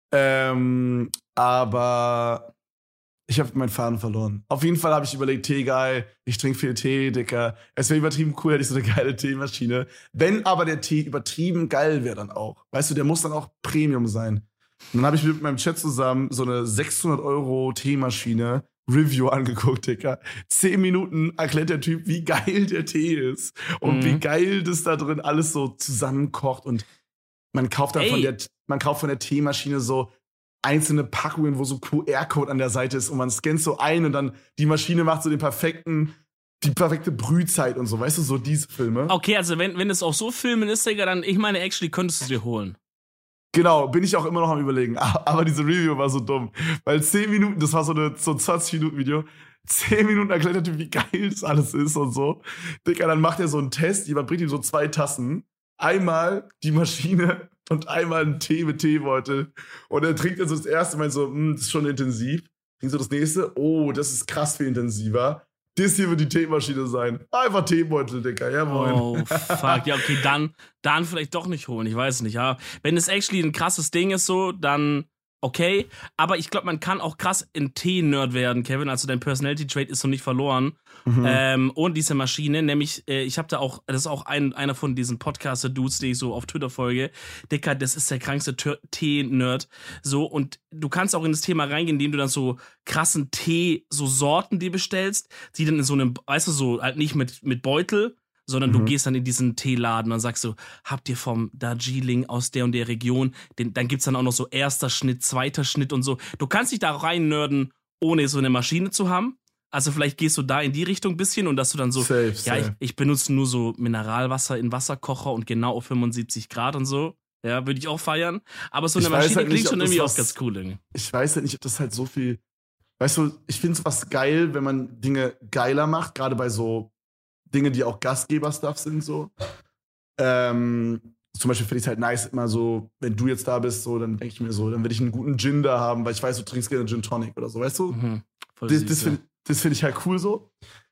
Aber ich habe meinen Faden verloren. Auf jeden Fall habe ich überlegt, Tee-Guy, ich trinke viel Tee, Dicker. Es wäre übertrieben cool, hätte ich so eine geile Teemaschine. Wenn aber der Tee übertrieben geil wäre dann auch. Weißt du, der muss dann auch Premium sein. Und dann habe ich mir mit meinem Chat zusammen so eine 600 € Teemaschine Review angeguckt, Dicker. 10 Minuten erklärt der Typ, wie geil der Tee ist. Und wie geil das da drin alles so zusammenkocht. Und man kauft dann von der Teemaschine so einzelne Packungen, wo so QR-Code an der Seite ist und man scannt so ein und dann die Maschine macht so die perfekte Brühzeit und so, weißt du, so diese Filme. Okay, also wenn es auch so Filmen ist, Digga, dann, ich meine, actually könntest du dir holen. Genau, bin ich auch immer noch am Überlegen. Aber diese Review war so dumm, weil 10 Minuten, das war so ein 20-Minuten-Video, 10 Minuten erklärt der Typ, wie geil das alles ist und so. Digga, dann macht er so einen Test, jemand bringt ihm so 2 Tassen, einmal die Maschine und einmal einen Tee mit Teebeutel. Und er trinkt dann so das erste Mal so, das ist schon intensiv. Trinkt so das nächste, oh, das ist krass viel intensiver. Das hier wird die Teemaschine sein. Einfach Teebeutel, Dicker, ja moin. Oh, fuck, ja, okay, dann vielleicht doch nicht holen, ich weiß nicht, ja. Wenn es actually ein krasses Ding ist so, dann okay. Aber ich glaube, man kann auch krass in Tee-Nerd werden, Kevin, also dein Personality-Trait ist noch nicht verloren. Und diese Maschine, nämlich, ich habe da auch, das ist auch einer von diesen Podcaster-Dudes, die ich so auf Twitter folge. Dicker, das ist der krankste Tee-Nerd. So, und du kannst auch in das Thema reingehen, indem du dann so krassen Tee, so Sorten die bestellst, die dann in so einem, weißt du, so halt nicht mit Beutel, sondern du gehst dann in diesen Teeladen und sagst so, habt ihr vom Darjeeling aus der und der Region, dann gibt's dann auch noch so erster Schnitt, zweiter Schnitt und so. Du kannst dich da rein nerden, ohne so eine Maschine zu haben. Also vielleicht gehst du da in die Richtung ein bisschen und dass du dann so, safe. Ich benutze nur so Mineralwasser in Wasserkocher und genau auf 75 Grad und so. Ja, würde ich auch feiern. Aber so eine Maschine halt klingt schon irgendwie auch ganz cool irgendwie. Ich weiß halt nicht, ob das halt so viel, weißt du, ich finde sowas geil, wenn man Dinge geiler macht, gerade bei so Dinge, die auch Gastgeber-Stuff sind, so. Zum Beispiel finde ich es halt nice, immer so, wenn du jetzt da bist, so, dann denke ich mir so, dann will ich einen guten Gin da haben, weil ich weiß, du trinkst gerne Gin Tonic oder so, weißt du? Das finde ich halt cool so.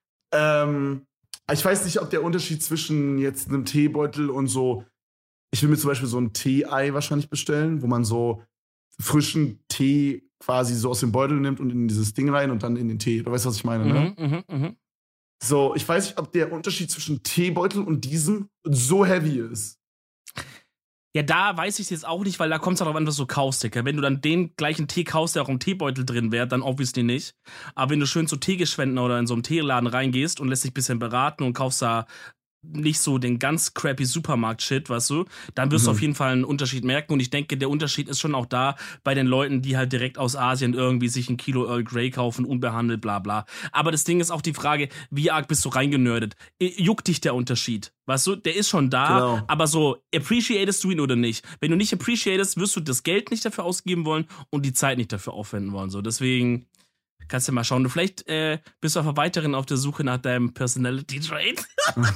Ich weiß nicht, ob der Unterschied zwischen jetzt einem Teebeutel und so, ich will mir zum Beispiel so ein Tee-Ei wahrscheinlich bestellen, wo man so frischen Tee quasi so aus dem Beutel nimmt und in dieses Ding rein und dann in den Tee. Du weißt, was ich meine, ne? So, ich weiß nicht, ob der Unterschied zwischen Teebeutel und diesem so heavy ist. Ja, da weiß ich es jetzt auch nicht, weil da kommt es darauf an, was du kaufst, Dicker. Wenn du dann den gleichen Tee kaufst, der auch im Teebeutel drin wäre, dann obviously nicht. Aber wenn du schön zu Teegeschwenden oder in so einem Teeladen reingehst und lässt dich ein bisschen beraten und kaufst da nicht so den ganz crappy Supermarkt-Shit, weißt du, dann wirst du auf jeden Fall einen Unterschied merken. Und ich denke, der Unterschied ist schon auch da bei den Leuten, die halt direkt aus Asien irgendwie sich ein Kilo Earl Grey kaufen, unbehandelt, bla bla. Aber das Ding ist auch die Frage, wie arg bist du reingenördet? Juckt dich der Unterschied? Weißt du, der ist schon da, aber so, appreciatest du ihn oder nicht? Wenn du nicht appreciatest, wirst du das Geld nicht dafür ausgeben wollen und die Zeit nicht dafür aufwenden wollen. So, deswegen kannst du mal schauen. Du vielleicht bist du einfach weiterhin auf der Suche nach deinem Personality-Trait.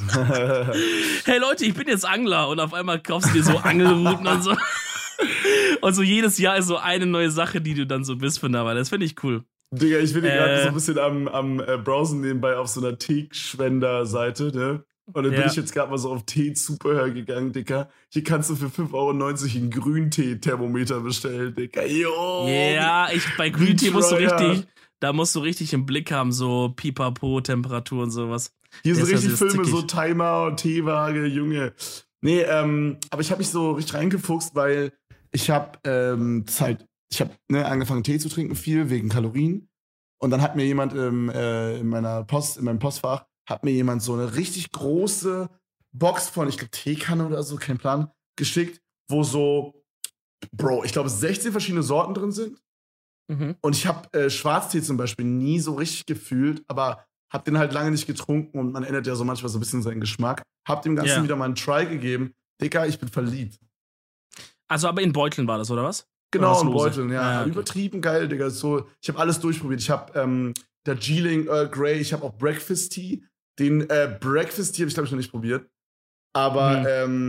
Hey Leute, ich bin jetzt Angler und auf einmal kaufst du dir so Angelrouten und so. Und so jedes Jahr ist so eine neue Sache, die du dann so bist von dabei. Das finde ich cool. Digga, ich bin gerade so ein bisschen am Browsen nebenbei auf so einer Teeschwender-Seite, ne? Und dann bin ich jetzt gerade mal so auf Tee-Zubehör gegangen, Digga. Hier kannst du für 5,90 € einen Grüntee-Thermometer bestellen, Digga. Jo! Ja, bei Grüntee musst du richtig im Blick haben, so Pipapo, Temperatur und sowas. Hier sind richtig Filme, so Timer, Teewaage, Junge. Nee, aber ich habe mich so richtig reingefuchst, weil ich habe angefangen Tee zu trinken, viel wegen Kalorien. Und dann hat mir jemand in meinem Postfach, hat mir jemand so eine richtig große Box von, ich glaube, Teekanne oder so, kein Plan, geschickt, wo so, Bro, ich glaube, 16 verschiedene Sorten drin sind. Mhm. Und ich habe Schwarztee zum Beispiel nie so richtig gefühlt, aber hab den halt lange nicht getrunken und man ändert ja so manchmal so ein bisschen seinen Geschmack. Hab dem Ganzen wieder mal einen Try gegeben. Digga, ich bin verliebt. Also aber in Beuteln war das, oder was? Genau, in Beuteln, ja. Okay. Übertrieben geil, Digga. So, ich habe alles durchprobiert. Ich habe Darjeeling Earl Grey, ich habe auch Breakfast Tea. Den Breakfast Tea habe ich, glaube ich, noch nicht probiert. Aber,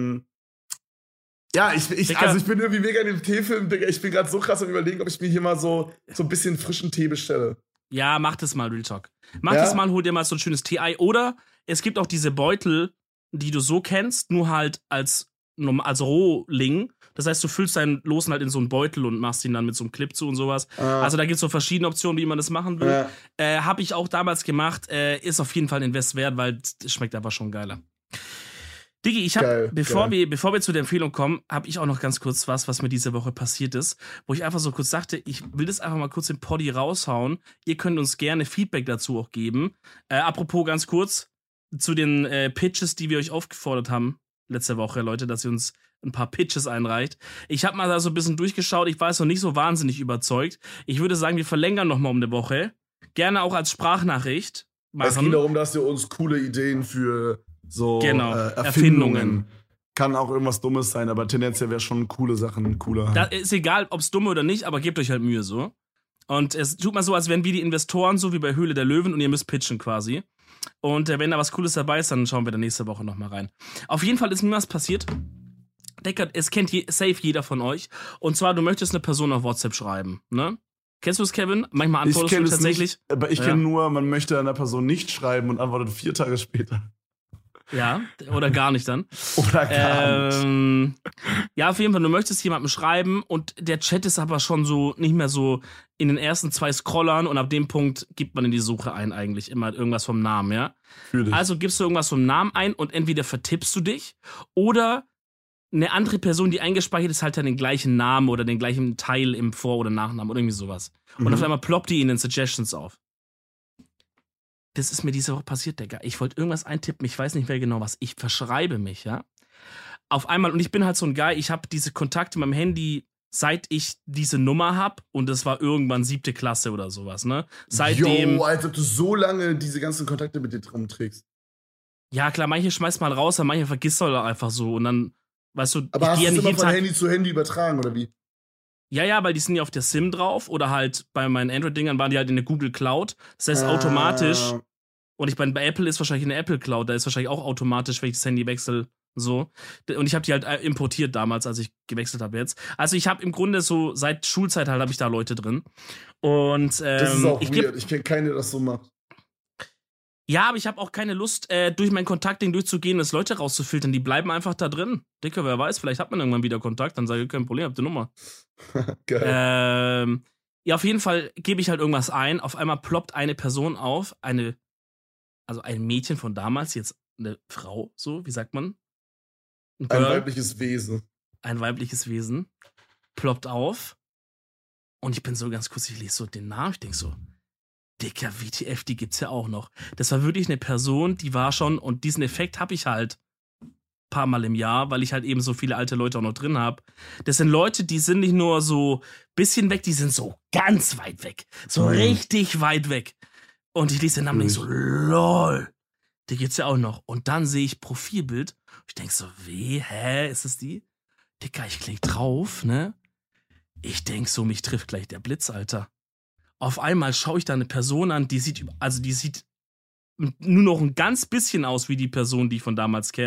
ja, ich bin irgendwie mega in dem Teefilm, Digga. Ich bin gerade so krass am Überlegen, ob ich mir hier mal so ein bisschen frischen Tee bestelle. Ja, mach das mal, Real Talk. Mach das mal, hol dir mal so ein schönes Tee-Ei. Oder es gibt auch diese Beutel, die du so kennst, nur halt als Rohling. Das heißt, du füllst deinen Losen halt in so einen Beutel und machst ihn dann mit so einem Clip zu und sowas. Also da gibt es so verschiedene Optionen, wie man das machen will. Habe ich auch damals gemacht. Ist auf jeden Fall ein Invest wert, weil es schmeckt einfach schon geiler. Diggi, ich habe, bevor wir zu der Empfehlung kommen, habe ich auch noch ganz kurz was mir diese Woche passiert ist, wo ich einfach so kurz dachte, ich will das einfach mal kurz im Poddy raushauen. Ihr könnt uns gerne Feedback dazu auch geben. Apropos ganz kurz zu den Pitches, die wir euch aufgefordert haben letzte Woche, Leute, dass ihr uns ein paar Pitches einreicht. Ich habe mal da so ein bisschen durchgeschaut. Ich war jetzt noch nicht so wahnsinnig überzeugt. Ich würde sagen, wir verlängern noch mal um eine Woche. Gerne auch als Sprachnachricht machen. Es geht darum, dass ihr uns coole Ideen für so Erfindungen. Kann auch irgendwas Dummes sein, aber tendenziell wäre schon coole Sachen cooler. Da ist egal, ob es dumm oder nicht, aber gebt euch halt Mühe so. Und es tut mal so, als wären wir die Investoren, so wie bei Höhle der Löwen, und ihr müsst pitchen quasi. Und wenn da was Cooles dabei ist, dann schauen wir da nächste Woche noch mal rein. Auf jeden Fall ist mir was passiert. Deckard, es kennt safe jeder von euch. Und zwar, du möchtest eine Person auf WhatsApp schreiben, ne? Kennst du es, Kevin? Manchmal antwortest du tatsächlich. Nicht, aber ich kenne nur, man möchte einer Person nicht schreiben und antwortet 4 Tage später. Ja, oder gar nicht dann. Oder gar nicht. Ja, auf jeden Fall, du möchtest jemandem schreiben und der Chat ist aber schon so nicht mehr so in den ersten 2 Scrollern und ab dem Punkt gibt man in die Suche ein eigentlich immer irgendwas vom Namen, ja? Also gibst du irgendwas vom Namen ein und entweder vertippst du dich oder eine andere Person, die eingespeichert ist, halt dann den gleichen Namen oder den gleichen Teil im Vor- oder Nachnamen oder irgendwie sowas. Und auf einmal ploppt die in den Suggestions auf. Das ist mir diese Woche passiert, Digga. Ich wollte irgendwas eintippen, ich weiß nicht mehr genau was. Ich verschreibe mich, ja. Auf einmal, und ich bin halt so ein Guy, ich habe diese Kontakte in meinem Handy, seit ich diese Nummer habe, und das war irgendwann 7. Klasse oder sowas, ne? Seitdem. Jo, als ob du so lange diese ganzen Kontakte mit dir rumträgst. Ja, klar, manche schmeißt mal raus, aber manche vergisst du halt einfach so und dann, weißt du, aber hast du es immer von Handy zu Handy übertragen, oder wie? Ja, weil die sind ja auf der SIM drauf oder halt bei meinen Android-Dingern waren die halt in der Google Cloud. Das heißt automatisch, und ich meine, bei Apple ist wahrscheinlich eine Apple Cloud, da ist wahrscheinlich auch automatisch, wenn ich das Handy wechsle, so. Und ich habe die halt importiert damals, als ich gewechselt habe jetzt. Also ich habe im Grunde so, seit Schulzeit halt, habe ich da Leute drin. Und das ist auch weird, ich kenne keinen, der das so macht. Ja, aber ich habe auch keine Lust, durch mein Kontaktding durchzugehen und das Leute rauszufiltern. Die bleiben einfach da drin. Dicker, wer weiß, vielleicht hat man irgendwann wieder Kontakt, dann sage ich, kein Problem, habt ihr Nummer. Geil. Ja, auf jeden Fall gebe ich halt irgendwas ein. Auf einmal ploppt eine Person auf, also ein Mädchen von damals, jetzt eine Frau, so, wie sagt man? Ein weibliches Wesen. Ein weibliches Wesen. Ploppt auf. Und ich bin so ganz kurz, ich lese so den Namen, ich denke so, Dicker, WTF, die gibt's ja auch noch. Das war wirklich eine Person, die war schon, und diesen Effekt habe ich halt ein paar Mal im Jahr, weil ich halt eben so viele alte Leute auch noch drin habe. Das sind Leute, die sind nicht nur so bisschen weg, die sind so ganz weit weg. So richtig weit weg. Und ich lese den Namen und denke so, lol, die gibt's ja auch noch. Und dann sehe ich Profilbild. Ich denke so, ist es die? Dicker, ich klicke drauf, ne? Ich denke so, mich trifft gleich der Blitz, Alter. Auf einmal schaue ich da eine Person an, die sieht nur noch ein ganz bisschen aus wie die Person, die ich von damals kenne.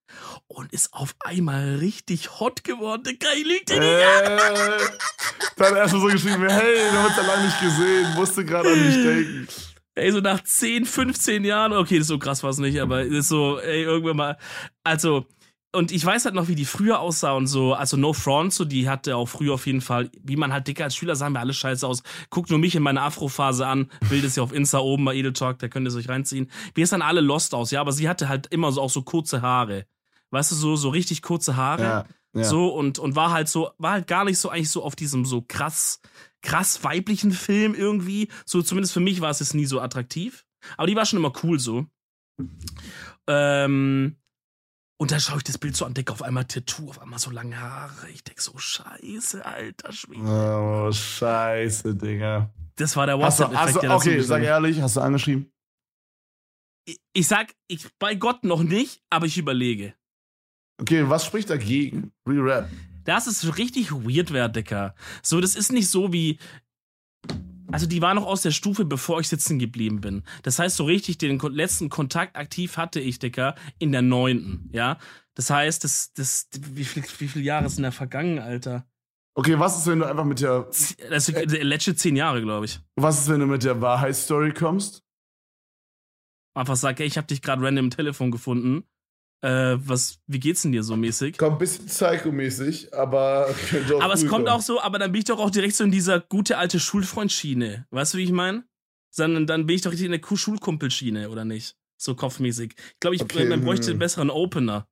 und ist auf einmal richtig hot geworden. Digga, ich lieg dir nicht. Dann erstmal so geschrieben, hey, wir haben uns ja lange nicht gesehen, musste gerade an dich denken. Ey, so nach 10, 15 Jahren, okay, das ist so krass war es nicht, aber ist so, ey, irgendwann mal, also, und ich weiß halt noch, wie die früher aussah und so, also No Front, so, die hatte auch früher auf jeden Fall, wie man halt dicker als Schüler sahen wir alle scheiße aus. Guckt nur mich in meiner Afro-Phase an, Bild ist ja auf Insta oben bei Edel Talk, da könnt ihr es euch reinziehen. Wir sahen alle lost aus, ja, aber sie hatte halt immer so auch so kurze Haare. Weißt du, so richtig kurze Haare. Ja. So, und war halt gar nicht so eigentlich so auf diesem so krass weiblichen Film irgendwie. So, zumindest für mich war es jetzt nie so attraktiv. Aber die war schon immer cool so. Und dann schaue ich das Bild so an, denke auf einmal Tattoo, auf einmal so lange Haare. Ich denke so, scheiße, alter Schwede. Oh, scheiße, Digga. Das war der WhatsApp-Effekt. Okay, sag ehrlich, hast du angeschrieben? Ich sag, bei Gott noch nicht, aber ich überlege. Okay, was spricht dagegen? Re-Rap. Das ist richtig weird, Dicker. So, das ist nicht so wie. Also, die war noch aus der Stufe, bevor ich sitzen geblieben bin. Das heißt, so richtig den letzten Kontakt aktiv hatte ich, Dicker, in der 9. Ja. Das heißt, wie viele Jahre sind da vergangen, Alter? Okay, was ist, wenn du einfach mit der. Das ist letzte 10 Jahre, glaube ich. Was ist, wenn du mit der Wahrheitsstory kommst? Einfach sag, ey, ich hab dich gerade random im Telefon gefunden. Wie geht's denn dir so mäßig? Kommt ein bisschen psychomäßig, aber aber es kommt auch so, aber dann bin ich doch auch direkt so in dieser gute alte Schulfreundschiene. Weißt du, wie ich meine? Sondern dann bin ich doch richtig in der Schulkumpelschiene, oder nicht? So kopfmäßig. Ich glaube, man bräuchte einen besseren Opener.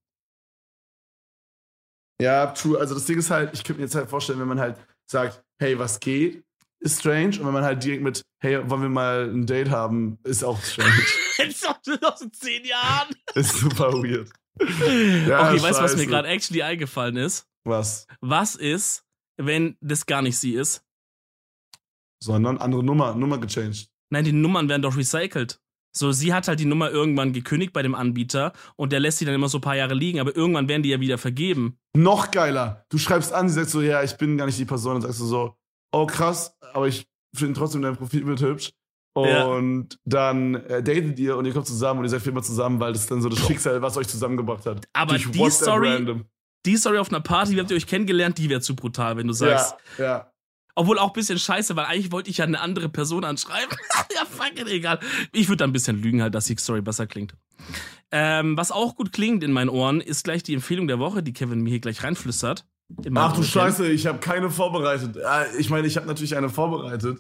Ja, true. Also das Ding ist halt, ich könnte mir jetzt halt vorstellen, wenn man halt sagt, hey, was geht, ist strange. Und wenn man halt direkt mit, hey, wollen wir mal ein Date haben, ist auch strange. Jetzt auch aus 10 Jahren. Ist super weird. Ja, okay, weißt du, was mir gerade actually eingefallen ist? Was? Was ist, wenn das gar nicht sie ist? Sondern andere Nummer gechanged. Nein, die Nummern werden doch recycelt. So, sie hat halt die Nummer irgendwann gekündigt bei dem Anbieter und der lässt sie dann immer so ein paar Jahre liegen, aber irgendwann werden die ja wieder vergeben. Noch geiler. Du schreibst an, sie sagt so, ja, ich bin gar nicht die Person, und sagst du so, oh krass, aber ich finde trotzdem dein Profilbild hübsch. Und dann datet ihr und ihr kommt zusammen und ihr seid für immer zusammen, weil das ist dann so das Schicksal, was euch zusammengebracht hat. Aber die Story auf einer Party, wie habt ihr euch kennengelernt, die wäre zu brutal, wenn du sagst. Ja. Obwohl auch ein bisschen scheiße, weil eigentlich wollte ich ja eine andere Person anschreiben. Ja, fucking egal. Ich würde da ein bisschen lügen halt, dass die Story besser klingt. Was auch gut klingt in meinen Ohren, ist gleich die Empfehlung der Woche, die Kevin mir hier gleich reinflüstert. Ach du Scheiße, ich habe keine vorbereitet. Ich meine, ich habe natürlich eine vorbereitet.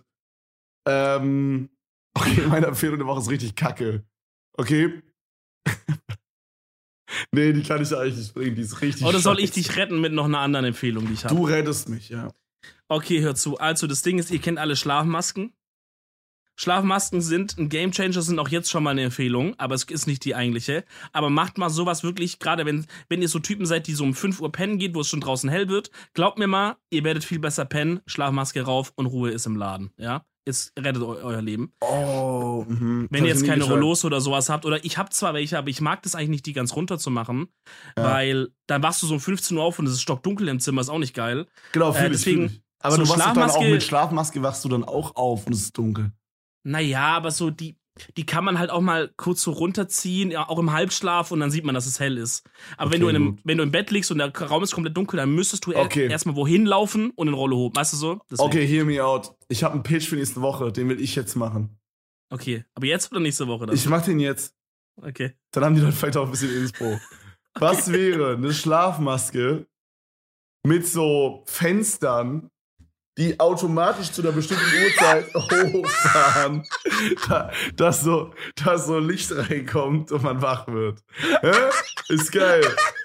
Okay, meine Empfehlung der Woche ist richtig kacke. Okay? Nee, die kann ich eigentlich nicht bringen, die ist richtig Oder soll ich dich retten mit noch einer anderen Empfehlung, die ich habe? Du rettest mich, ja. Okay, hör zu. Also, das Ding ist, ihr kennt alle Schlafmasken. Schlafmasken sind ein Gamechanger, sind auch jetzt schon mal eine Empfehlung, aber es ist nicht die eigentliche. Aber macht mal sowas wirklich, gerade wenn ihr so Typen seid, die so um 5 Uhr pennen geht, wo es schon draußen hell wird, glaubt mir mal, ihr werdet viel besser pennen, Schlafmaske rauf und Ruhe ist im Laden, ja? Jetzt rettet euer Leben. Oh, wenn ihr jetzt keine Rollos oder sowas habt, oder ich habe zwar welche, aber ich mag das eigentlich nicht, die ganz runter zu machen, weil dann wachst du so um 15 Uhr auf und es ist stockdunkel im Zimmer, ist auch nicht geil. Genau, deswegen. Ich. Aber so du wachst dann auch mit Schlafmaske, wachst du dann auch auf und es ist dunkel. Naja, aber so die kann man halt auch mal kurz so runterziehen, ja, auch im Halbschlaf und dann sieht man, dass es hell ist. Aber okay, wenn du im Bett liegst und der Raum ist komplett dunkel, dann müsstest du erstmal wohin laufen und den Rollo hoch. Weißt du so? Deswegen. Okay, hear me out. Ich habe einen Pitch für nächste Woche, den will ich jetzt machen. Okay, aber jetzt oder nächste Woche dann? Ich mach den jetzt. Okay. Dann haben die Leute vielleicht auch ein bisschen Inspo. Was wäre eine Schlafmaske mit so Fenstern, die automatisch zu einer bestimmten Uhrzeit hochfahren, dass so Licht reinkommt und man wach wird. Ist geil.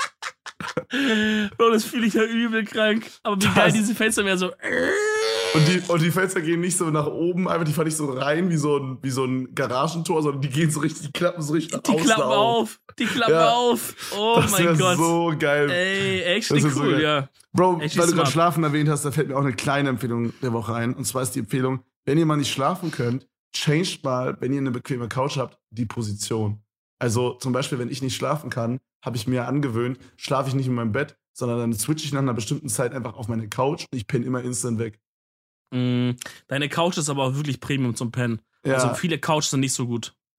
Bro, das fühle ich ja übel krank. Aber wie geil diese Fenster wären so. Und die Fenster gehen nicht so nach oben, einfach die fahren nicht so rein wie so ein Garagentor, sondern die gehen so richtig, die klappen so richtig nach außen. Die klappen auf. Oh mein Gott. Das ist so geil. Ey, actually cool, so ja. Bro, weil du gerade Schlafen erwähnt hast, da fällt mir auch eine kleine Empfehlung der Woche ein. Und zwar ist die Empfehlung, wenn ihr mal nicht schlafen könnt, changed mal, wenn ihr eine bequeme Couch habt, die Position. Also zum Beispiel, wenn ich nicht schlafen kann, habe ich mir angewöhnt, schlafe ich nicht in meinem Bett, sondern dann switche ich nach einer bestimmten Zeit einfach auf meine Couch und ich penne immer instant weg. Deine Couch ist aber auch wirklich Premium zum Pennen. Ja. Also viele Couches sind nicht so gut.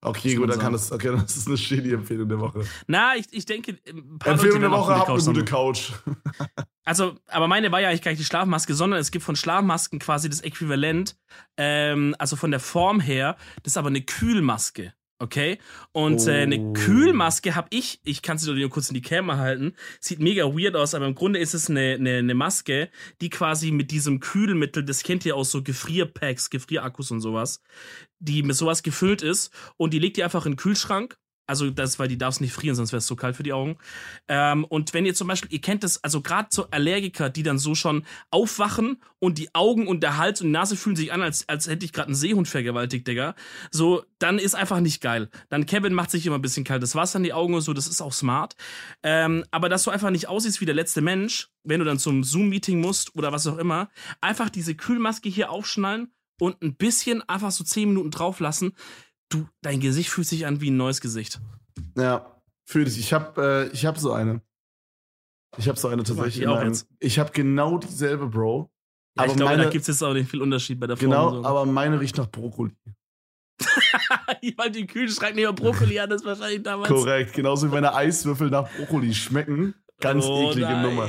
Okay, gut, dann kann das, okay, das ist eine shitty Empfehlung der Woche. Na, ich denke, Empfehlung der Woche, habt eine gute Couch. Also, aber meine war ja eigentlich gar nicht die Schlafmaske, sondern es gibt von Schlafmasken quasi das Äquivalent, also von der Form her, das ist aber eine Kühlmaske. Okay? Und eine Kühlmaske habe ich kann sie doch nur kurz in die Kamera halten, sieht mega weird aus, aber im Grunde ist es eine Maske, die quasi mit diesem Kühlmittel, das kennt ihr aus so Gefrierpacks, Gefrierakkus und sowas, die mit sowas gefüllt ist und die legt ihr einfach in den Kühlschrank. Also das, weil die darfst nicht frieren, sonst wäre es zu kalt für die Augen. Und wenn ihr zum Beispiel, ihr kennt das, also gerade so Allergiker, die dann so schon aufwachen und die Augen und der Hals und die Nase fühlen sich an, als hätte ich gerade einen Seehund vergewaltigt, Digga. So, dann ist einfach nicht geil. Dann Kevin macht sich immer ein bisschen kaltes Wasser in die Augen und so, das ist auch smart. Aber dass du einfach nicht aussiehst wie der letzte Mensch, wenn du dann zum Zoom-Meeting musst oder was auch immer, einfach diese Kühlmaske hier aufschnallen und ein bisschen einfach so 10 Minuten drauf lassen. Dein Gesicht fühlt sich an wie ein neues Gesicht. Ja, fühle ich. Ich hab so eine. Ich habe so eine tatsächlich. Ich habe genau dieselbe, Bro. Ja, aber ich glaube, da gibt es jetzt auch nicht viel Unterschied bei der Form. Genau, so. Aber meine riecht nach Brokkoli. Weil die Kühlschrank nicht mehr Brokkoli an, das wahrscheinlich damals. Korrekt, genauso wie meine Eiswürfel nach Brokkoli schmecken. Ganz eklige Nummer.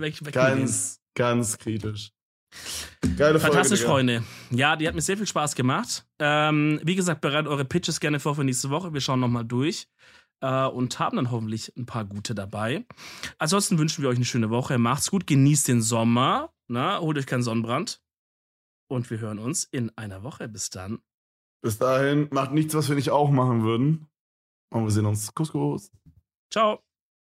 Ganz kritisch. Geile Folge, fantastisch, Digga. Freunde. Ja, die hat mir sehr viel Spaß gemacht. Wie gesagt, bereitet eure Pitches gerne vor für nächste Woche. Wir schauen nochmal durch und haben dann hoffentlich ein paar gute dabei. Ansonsten wünschen wir euch eine schöne Woche. Macht's gut, genießt den Sommer. Holt euch keinen Sonnenbrand. Und wir hören uns in einer Woche. Bis dann. Bis dahin, macht nichts, was wir nicht auch machen würden. Und wir sehen uns. Kuss, Kuss. Ciao.